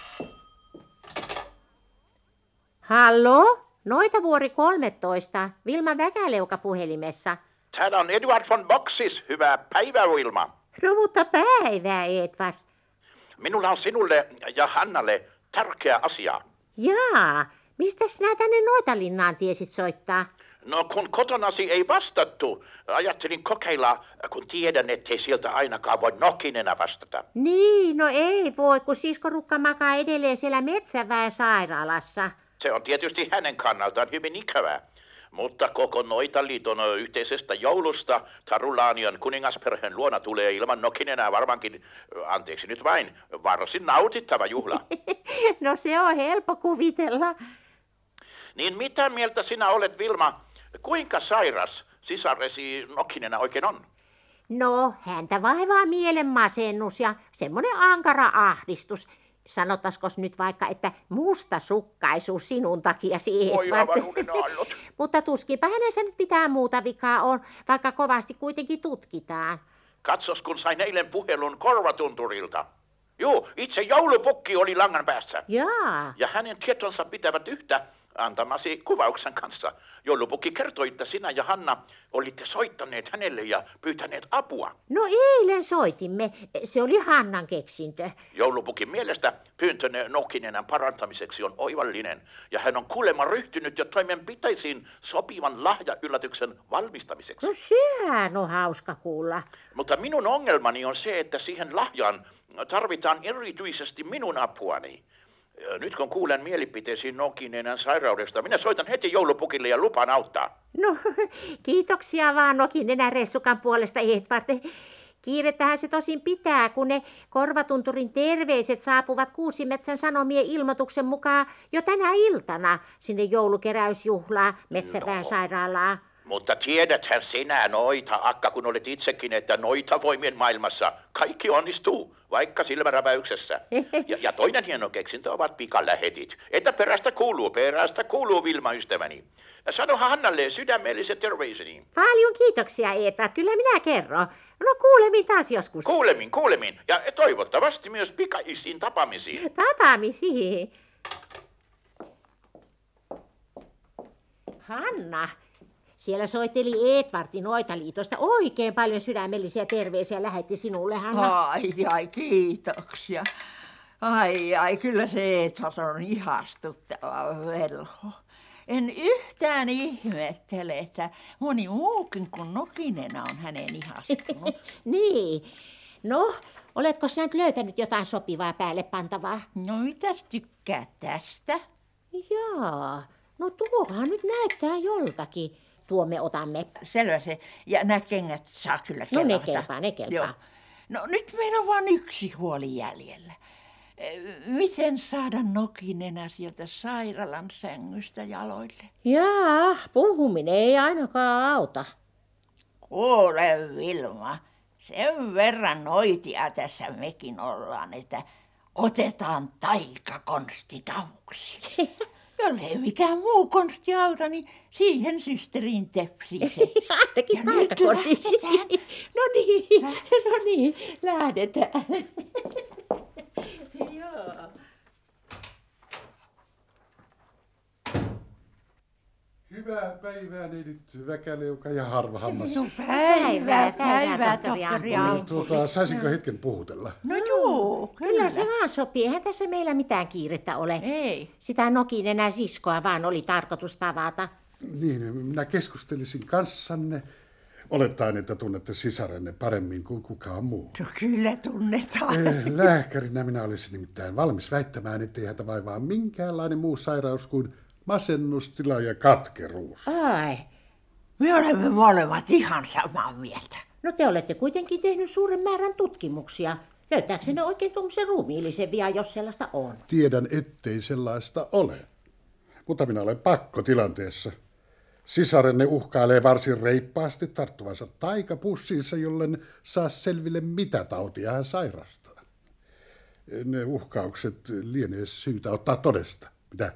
Hallo? Noitavuori 13. Vilma Väkäleuka puhelimessa. Täällä on Edward von Boxis. Hyvää päivää, Wilma. No mutta päivää, Edward. Minulla on sinulle ja Hannalle tärkeä asia. Jaa, mistä sinä tänne Noitalinnaan tiesit soittaa? No kun kotonasi ei vastattu, ajattelin kokeilla, kun tiedän, ettei sieltä ainakaan voi Nokinenä vastata. Niin, no ei voi, kun siskorukka makaa edelleen siellä Metsäväen sairaalassa. Se on tietysti hänen kannaltaan hyvin ikävää. Mutta koko Noitaliiton yhteisestä joulusta Tarulaanian kuningasperheen luona tulee ilman Nokinenää varmaankin, anteeksi nyt vain, varsin nautittava juhla. No se on helppo kuvitella. Niin mitä mieltä sinä olet, Vilma? Kuinka sairas sisaresi Nokinenä oikein on? No, häntä vaivaa mielenmasennus ja semmoinen ankara ahdistus. Sanottaisiko nyt vaikka, että mustasukkaisuus sinun takiasi, Edvard. Mutta tuskipa hänessä nyt mitään muuta vikaa on, vaikka kovasti kuitenkin tutkitaan. Katsos, kun sain eilen puhelun Korvatunturilta. Joo, itse joulupukki oli langan päässä. Jaa. Ja hänen tietonsa pitävät yhtä antamasi kuvauksen kanssa. Joulupukki kertoi, että sinä ja Hanna olitte soittaneet hänelle ja pyytäneet apua. No eilen soitimme. Se oli Hannan keksintö. Joulupukin mielestä pyyntönne Nokinenän parantamiseksi on oivallinen. Ja hän on kuulemma ryhtynyt jo toimenpiteisiin sopivan lahjayllätyksen valmistamiseksi. No sehän on hauska kuulla. Mutta minun ongelmani on se, että siihen lahjaan tarvitaan erityisesti minun apuani. Nyt kun kuulen mielipiteisiin Nokinenän sairaudesta, minä soitan heti joulupukille ja lupaan auttaa. No, kiitoksia vaan Nokinenän Ressukan puolesta, Edvard. Kiirettähän se tosin pitää, kun ne Korvatunturin terveiset saapuvat Kuusimetsän Sanomien ilmoituksen mukaan jo tänä iltana sinne joulukeräysjuhlaa Metsäpään sairaalaa. Mutta tiedäthän sinä noita, akka kun olet itsekin, että noita voimien maailmassa kaikki onnistuu, vaikka silmäräväyksessä. Ja toinen hieno keksintö ovat pikalähetit. Että perästä kuuluu Vilma ystäväni. Sanohan Hannalle sydämelliset terveiseni. Paljon kiitoksia, Edvard. Kyllä minä kerron. No kuulemin taas joskus. Kuulemin. Ja toivottavasti myös pikaisiin tapaamisiin. Tapaamisiin. Hanna. Siellä soitteli Edvardin Noitaliitosta oikein paljon sydämellisiä terveisiä lähetti sinulle, Hanna. Ai, kiitoksia. Ai, kyllä se Edvard on ihastuttava velho. En yhtään ihmettele, että moni muukin kuin Nokinen on hänen ihastunut. Niin. No, oletko sä nyt löytänyt jotain sopivaa päälle pantavaa? No, mitäs tykkäät tästä? Jaa, no tuohan nyt näyttää joltakin. Tuo me otamme. Selvä se. Ja nämä kengät saa kyllä kelpata. No ne kelpaa. Joo. No nyt meillä on vain yksi huoli jäljellä. Miten saada Nokinenä sieltä sairaalan sängystä jaloille? Jaa, puhuminen ei ainakaan auta. Kuule Vilma, sen verran noitia tässä mekin ollaan, että otetaan taikakonsti avuksi. Jollei mikään muu konsti auta, niin siihen systeriin tepsii se. Ainakin taikakonsti. No niin, lähdetään. Joo. Hyvää päivää, neidit Väkäleuka ja Harvahammas. No päivää, tohtori Ampuli. Saisinko hetken puhutella? No joo, kyllä se vaan sopii. Eihän tässä meillä mitään kiirettä ole. Ei. Sitä Nokinenän siskoa vaan oli tarkoitus tavata. Niin, minä keskustelisin kanssanne. Olettaen, että tunnette sisarenne paremmin kuin kukaan muu. No kyllä tunnetaan. Lääkärinä minä olisin nimittäin valmis väittämään, ettei häntä vaivaa minkäänlainen muu sairaus kuin masennustila ja katkeruus. Ai. Me olemme molemmat ihan samaa mieltä. No te olette kuitenkin tehnyt suuren määrän tutkimuksia. Löytääkö ne oikein tuommoisen ruumiillisen vian, jos sellaista on? Tiedän, ettei sellaista ole. Mutta minä olen pakkotilanteessa. Sisarenne uhkailee varsin reippaasti tarttuvansa taikapussiinsa, jollen saa selville, mitä tautia hän sairastaa. Ne uhkaukset lienee syytä ottaa todesta. Mitä?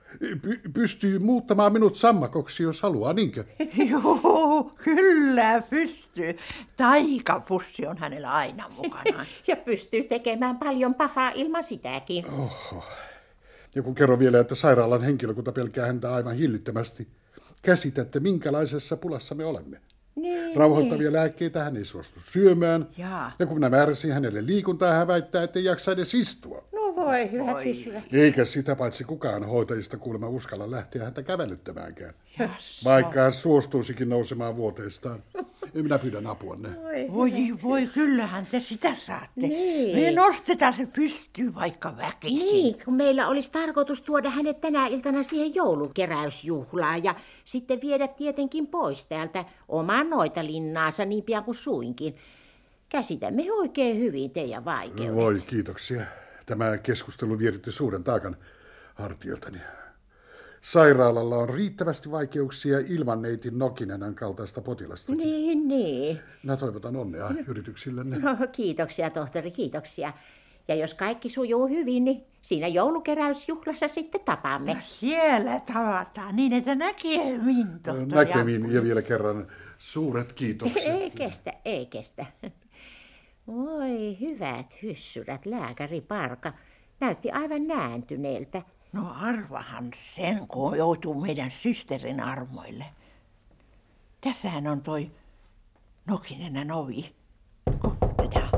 Pystyy muuttamaan minut sammakoksi, jos haluaa, niinkö? Joo, kyllä pystyy. Taikapussi on hänellä aina mukana. Ja pystyy tekemään paljon pahaa ilman sitäkin. Oho. Ja kun kerron vielä, että sairaalan henkilökunta pelkää häntä aivan hillittömästi. Käsitätte, minkälaisessa pulassa me olemme. Niin. Rauhoittavia lääkkeitä hän ei suostu syömään. Jaa. Ja kun minä määräsin hänelle liikuntaa, hän väittää, ettei jaksa edes istua. No voi, hyvät pysyvät. Eikä sitä paitsi kukaan hoitajista kuulemma uskalla lähteä häntä kävelyttämäänkään. Jassa. Vaikka hän suostuisikin nousemaan vuoteestaan. Minä pyydän apuanne. Voi, kyllähän te sitä saatte. Niin. Me nostetaan se pystyy vaikka väkisin. Niin, kun meillä olisi tarkoitus tuoda hänet tänä iltana siihen joulukeräysjuhlaan ja sitten viedä tietenkin pois täältä omaan Noitalinnaansa niin pian kuin suinkin. Käsitämme oikein hyvin teidän vaikeudet. Voi, kiitoksia. Tämä keskustelu vieritti suuren taakan hartioiltani. Sairaalalla on riittävästi vaikeuksia ilman neiti Nokinenän kaltaista potilasta. Niin. Minä toivotan onnea yrityksillenne. No, kiitoksia, tohtori, kiitoksia. Ja jos kaikki sujuu hyvin, niin siinä joulukeräysjuhlassa sitten tapaamme. No siellä tavataan niin, että näkee min, tohtori. Näkemiin ja vielä kerran suuret kiitokset. Ei kestä. Voi hyvät hyssyrät, lääkäri Parka. Näytti aivan nääntyneeltä. No arvahan sen, kun joutuu meidän systerin armoille. Tässähän on toi Nokinenän ovi. Koputetaan.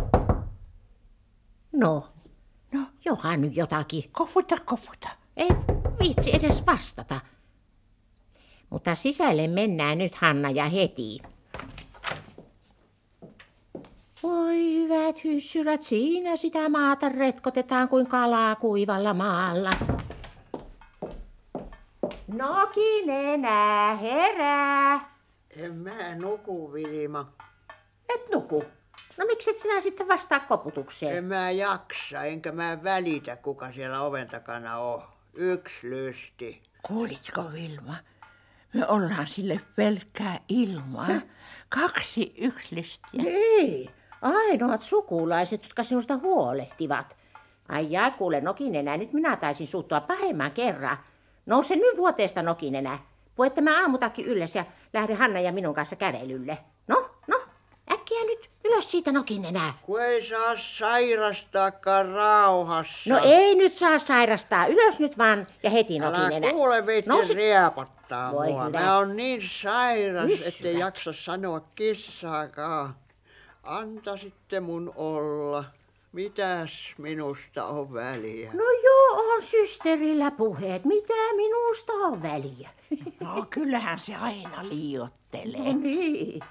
No, johan nyt jotakin. Koputa. Ei viitsi edes vastata. Mutta sisälle mennään nyt, Hanna, ja heti. Voi hyvät hyssyrät, siinä sitä maata retkotetaan kuin kalaa kuivalla maalla. Nokinenä, herää! En mä nuku, Vilma. Et nuku? No miksi et sinä sitten vastaa koputukseen? En mä jaksa, enkä mä välitä, kuka siellä oven takana on. Yksi lysti. Kuulitko, Vilma? Me ollaan sille pelkkää ilmaa. 2 ykslistiä. Ei, ainoat sukulaiset, jotka sinusta huolehtivat. Ai jaa, kuule Nokinenä, nyt minä taisin suuttua pahemman kerran. Nouse nyt vuoteesta, Nokinenä. Pue tämä aamutakin ylös ja lähde Hanna ja minun kanssa kävelylle. No, äkkiä nyt ylös siitä, Nokinenä. Kun ei saa sairastaakaan rauhassa. No ei nyt saa sairastaa. Ylös nyt vaan ja heti, Nokinenä. Älä kuule viitti riepottaa Voi mua. hyvä. Mä oon niin sairas, Hyssyrä. ettei jaksa sanoa kissaakaan. Anta sitten mun olla. Mitäs minusta on väliä? No joo, on systerillä puheet. Mitä minusta on väliä? No kyllähän se aina liiottelee. No niin.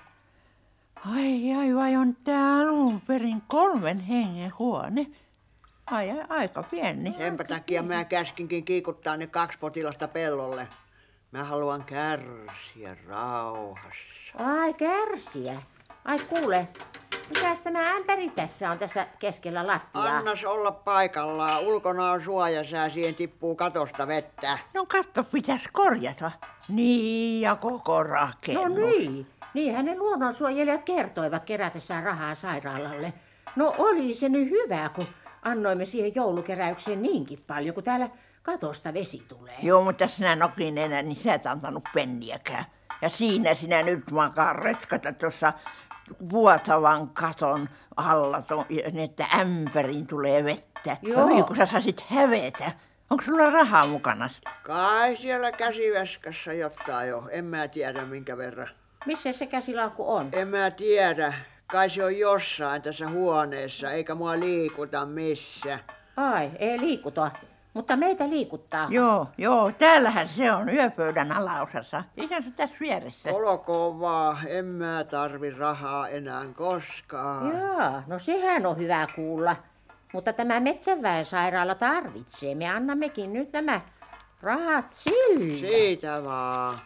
Ai, vai on tää alun perin 3 hengen huone. Ai, aika pieni. Senpä takia mä käskinkin kiikuttaa ne 2 potilasta pellolle. Mä haluan kärsiä rauhassa. Ai kärsiä. Ai kuule, mikäs tämä ämpäri tässä on tässä keskellä lattiaa? Annas olla paikallaan. Ulkona on suojasää, siihen tippuu katosta vettä. No katso, pitäisi korjata. Niin, ja koko rakennus. No niin. Niinhän ne luonnonsuojelijat kertoivat kerätessään rahaa sairaalalle. No oli se nyt hyvä, kun annoimme siihen joulukeräykseen niinkin paljon, kun täällä katosta vesi tulee. Joo, mutta sinä Nokinenä, niin sä et antanut penniäkään. Ja siinä sinä nyt makaa retkata tuossa vuotavan katon alla, niin että ämpäriin tulee vettä. Joo. Kun sä saisit hävetä. Onko sulla rahaa mukana? Kai siellä käsiväskässä jotain jo. En mä tiedä minkä verran. Missä se käsilaukku on? En mä tiedä. Kai se on jossain tässä huoneessa, eikä mua liikuta missä. Ai, ei liikuta. Mutta meitä liikuttaa. Joo, täällähän se on yöpöydän alaosassa. Ihan se tässä vieressä. Olkoon vaan, en mä tarvi rahaa enää koskaan. Jaa, no sehän on hyvä kuulla. Mutta tämä Metsänväen-sairaala tarvitsee. Me annammekin nyt nämä rahat sille. Siitä vaan.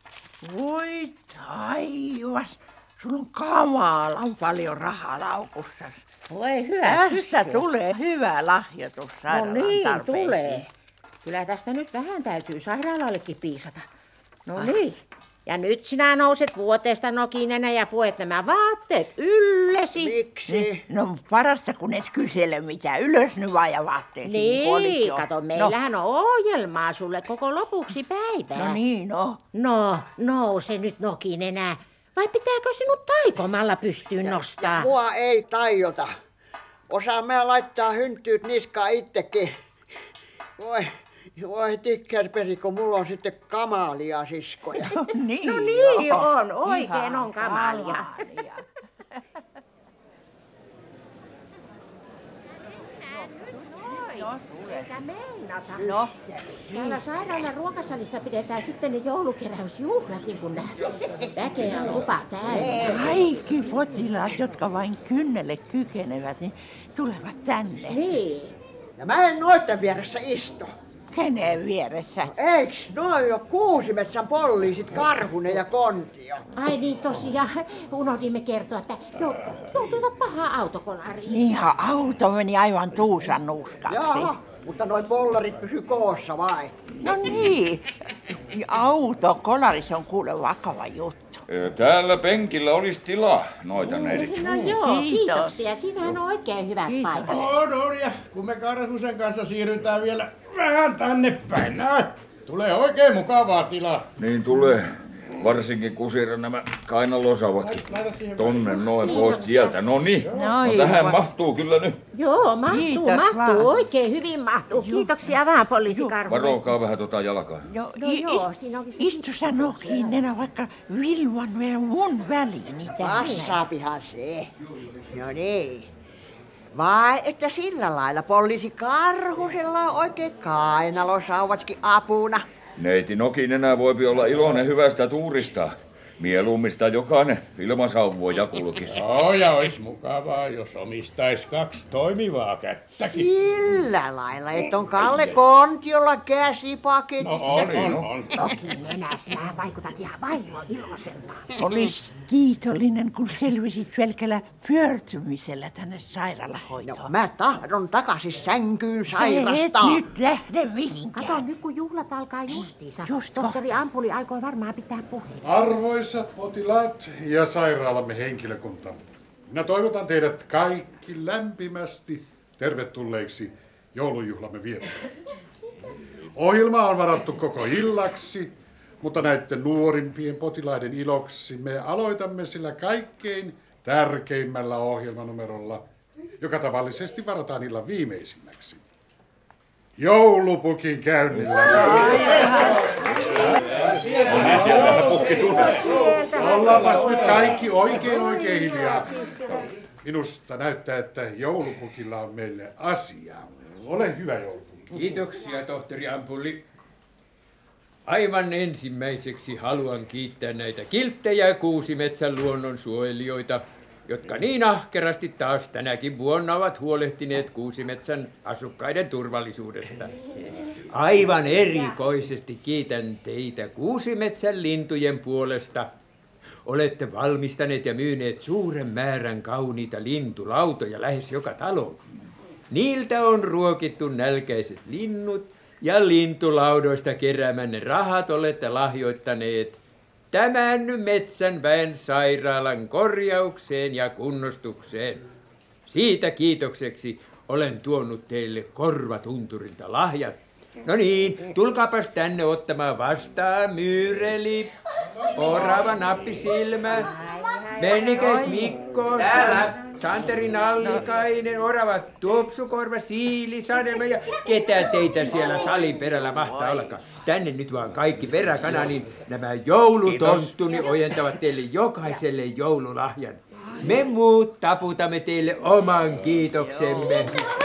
Voi taivas, sulla on kamalan paljon rahaa laukussa. Voi hyvä. Tästä tulee hyvä lahjoitus No sairaalan niin, tarpeisiin. tulee. Kyllä tästä nyt vähän täytyy sairaalallekin piisata. No niin. Ja nyt sinä nouset vuoteesta Nokinenä ja puet nämä vaatteet yllesi. Miksi? No parasta kun et kysele mitään. Ylös nyt vaan ja vaatteisiin. Niin, kato, meillähän on ohjelmaa sulle koko lopuksi päivää. No niin, no. No, nouse nyt Nokinenä. Vai pitääkö sinut taikomalla pystyyn nostaa? Mua ei tajota. Osaan mä laittaa hynttyyt niskaan itsekin. Voi tikkerperi, kun mulla on sitten kamalia siskoja. No niin, No niin joo. on, oikein Ihan on kamalia. Eikä meinata. No. Täällä sairaalan ruokasalissa pidetään sitten ne joulukeräysjuhlat, niin kuin näet. Väkeä on lupa täynnä. Kaikki potilaat, jotka vain kynnelle kykenevät, niin tulevat tänne. Niin. Ja mä en noitten vieressä istu. Kenen vieressä? Eiks noin jo Kuusimetsän poliisit Karhunen ja Kontio? Ai niin tosiaan, unohdimme kertoa, että joutuivat pahaan autokolariin. Niinhan auto meni aivan tuusan nuskaksi. mutta noi pollarit pysy koossa vai? No niin, autokolarissa on kuule vakava juttu. Täällä penkillä olisi tilaa noita neidit. No joo, kiitoksia. Siinähän on oikein hyvät paikat. No, ja kun me Karhusen kanssa siirrytään vielä vähän tänne päin, tulee oikein mukavaa tilaa. Niin tulee. Varsinkin kusira nämä kainalosauvatkin. Tonne noin pois tieltä. No niin, no tähän mahtuu kyllä nyt. Joo, mahtuu. Oikein hyvin mahtuu. Kiitoksia vaan, poliisi Karhunen. Varokaa vähän jalkaa. Joo, siinä onkin se. Istu sä nokiin nenä vaikka Vilvan ja mun väliin. Passaapihan se. No niin. Vai että sillä lailla poliisi Karhusella on oikein kainalosauvatkin apuna. Neiti Nokin enää voipi olla iloinen hyvästä tuurista. Mieluummista jokainen ilmasauvua kulkisi. Joo, ja olisi mukavaa, jos omistais 2 toimivaa kättäkin. Sillä lailla, että on Kalle Kontiolla käsipaketissa. No on. Toki nenäs, nää vaikutat ihan vaimoiloiselta. Olis kiitollinen, kun selvisit pelkällä pyörtymisellä tänne sairaalahoitoon. No, mä tahdon takaisin sänkyyn sairastaa. Et nyt lähde mihinkään. Kato, nyt kun juhlat alkaa justiinsa. Tohtori Ampuli aikoi varmaan pitää puheen. Arvoisat potilaat ja sairaalamme henkilökunta, minä toivotan teidät kaikki lämpimästi tervetulleiksi joulujuhlamme viettoon. Ohjelma on varattu koko illaksi, mutta näiden nuorimpien potilaiden iloksi me aloitamme sillä kaikkein tärkeimmällä ohjelmanumerolla, joka tavallisesti varataan illan viimeisimmäksi. Joulupukin käynnillä. Ollaanpas nyt kaikki oikein hiljaa. Minusta näyttää, että joulupukilla on meille asiaa. Ole hyvä, joulupukki. Kiitoksia, tohtori Ampuli. Aivan ensimmäiseksi haluan kiittää näitä kilttejä Kuusimetsän luonnonsuojelijoita, jotka niin ahkerasti taas tänäkin vuonna ovat huolehtineet Kuusimetsän asukkaiden turvallisuudesta. Aivan erikoisesti kiitän teitä Kuusimetsän lintujen puolesta. Olette valmistaneet ja myyneet suuren määrän kauniita lintulautoja lähes joka taloon. Niiltä on ruokittu nälkäiset linnut ja lintulaudoista keräämänne rahat olette lahjoittaneet tämän Metsänväen sairaalan korjaukseen ja kunnostukseen. Siitä kiitokseksi olen tuonut teille Korvatunturilta lahjat. No niin, tulkaapas tänne ottamaan vastaan Myyreli, Orava Nappisilmä, Mennikäis Mikko, Santeri Nallikainen, Orava Tuopsukorva, Siili, Sanelma ja ketä teitä siellä salin perällä mahtaa ollakaan. Tänne nyt vaan kaikki peräkana, niin nämä joulutonttuni ojentavat teille jokaiselle joululahjan. Me muut taputamme teille oman kiitoksemme.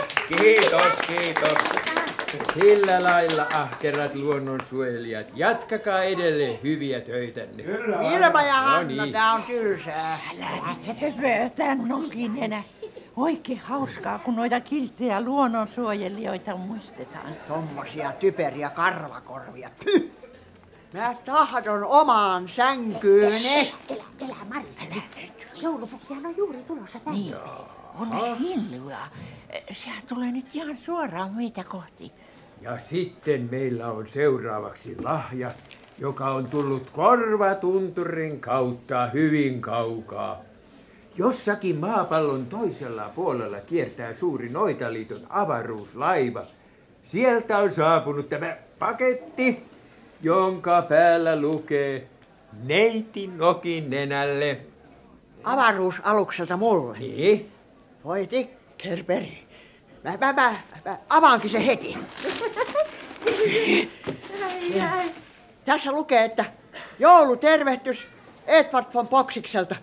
Kiitos. Sillä lailla, ahkerat luonnonsuojelijat, jatkakaa edelleen hyviä töitänne. Ilma ja Hanna, tää on tylsää. Älä höpötä, Nokinenä. Oikein hauskaa, kun noita kilttejä luonnonsuojelijoita muistetaan. Tommosia typeriä karvakorvia. Pyh! Mä tahdon omaan sänkyyni. Elä, Marisa. Joulupukkihan on juuri tulossa tänne. Niin, ole hiljaa. Sehän tulee nyt ihan suoraan meitä kohti. Ja sitten meillä on seuraavaksi lahja, joka on tullut Korvatunturin kautta hyvin kaukaa. Jossakin maapallon toisella puolella kiertää suuri Noitaliiton avaruuslaiva. Sieltä on saapunut tämä paketti, jonka päällä lukee Neiti Nokin nenälle. Avaruusalukselta mulle? Niin. Voi tikkerperi. Mä avaankin se heti. Tässä lukee, että joulutervehdys Edward von Boxikselta.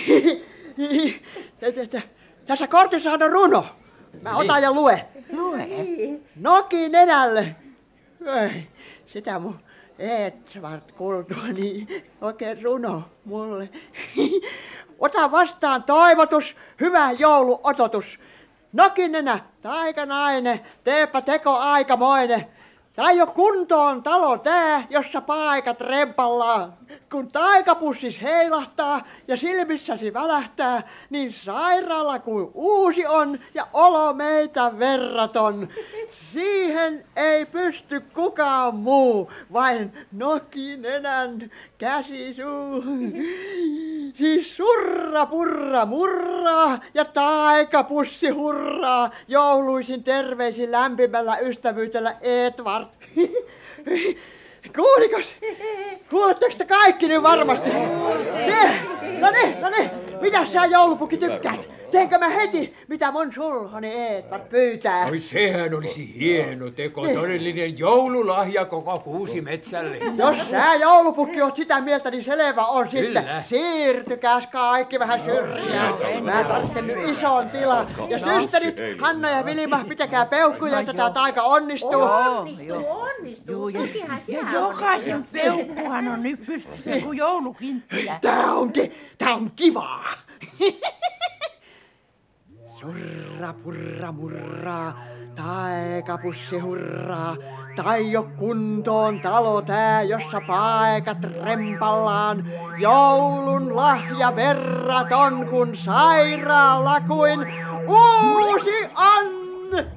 Tässä kortissa on runo. Mä otan ja lue. Lue? Nokin nenälle. Sitä mun Edward kuultua, niin oikein runo mulle. Ota vastaan toivotus, hyvä jouluototus. Nokinenä, taikanainen, teepä teko aikamoinen. Tää ei oo kuntoon talo tää, jossa paikat rempallaan. kun taikapussis heilahtaa ja silmissäsi välähtää, niin sairaala kuin uusi on ja olo meitä verraton. Siihen ei pysty kukaan muu, vain noki nenän käsi suu. Siis surra purra murraa ja taikapussi hurraa. Jouluisin terveisin lämpimällä ystävyydellä Edvard. Kuulikos? Kuuletteko te kaikki nyt varmasti? No niin. Mitä sä joulupukki tykkäät? Teenkö mä heti, mitä mun sulhoni Edvard pyytää? Oi sehän olisi hieno teko, todellinen joululahja koko Kuusimetsälle. Jos sä joulupukki oot sitä mieltä, niin selvä on sitten. Kyllä. Siirtykääs kaikki vähän syrjään. Mä tarvitsen nyt ison tilan. Ja systerit, Hanna ja Vilma, pitäkää peukkuja, että tää taika onnistuu. Onnistuu. Tokihan Ja sinä jokaisen peukkuhan on nyt pystyssä kuin joulukinttilä. Tää on kivaa. Surra purra murraa, taikapussi hurraa. Tai jo kuntoon talo tää, jossa paikat rempallaan. Joulun lahja verraton, kun sairaala kuin uusi on.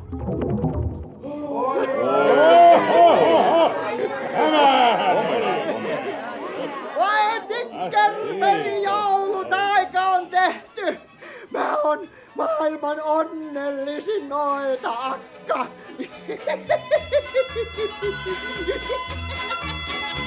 Vai tikkerperi joulutaika on tehty. Mä oon maailman onnellisin noita akka.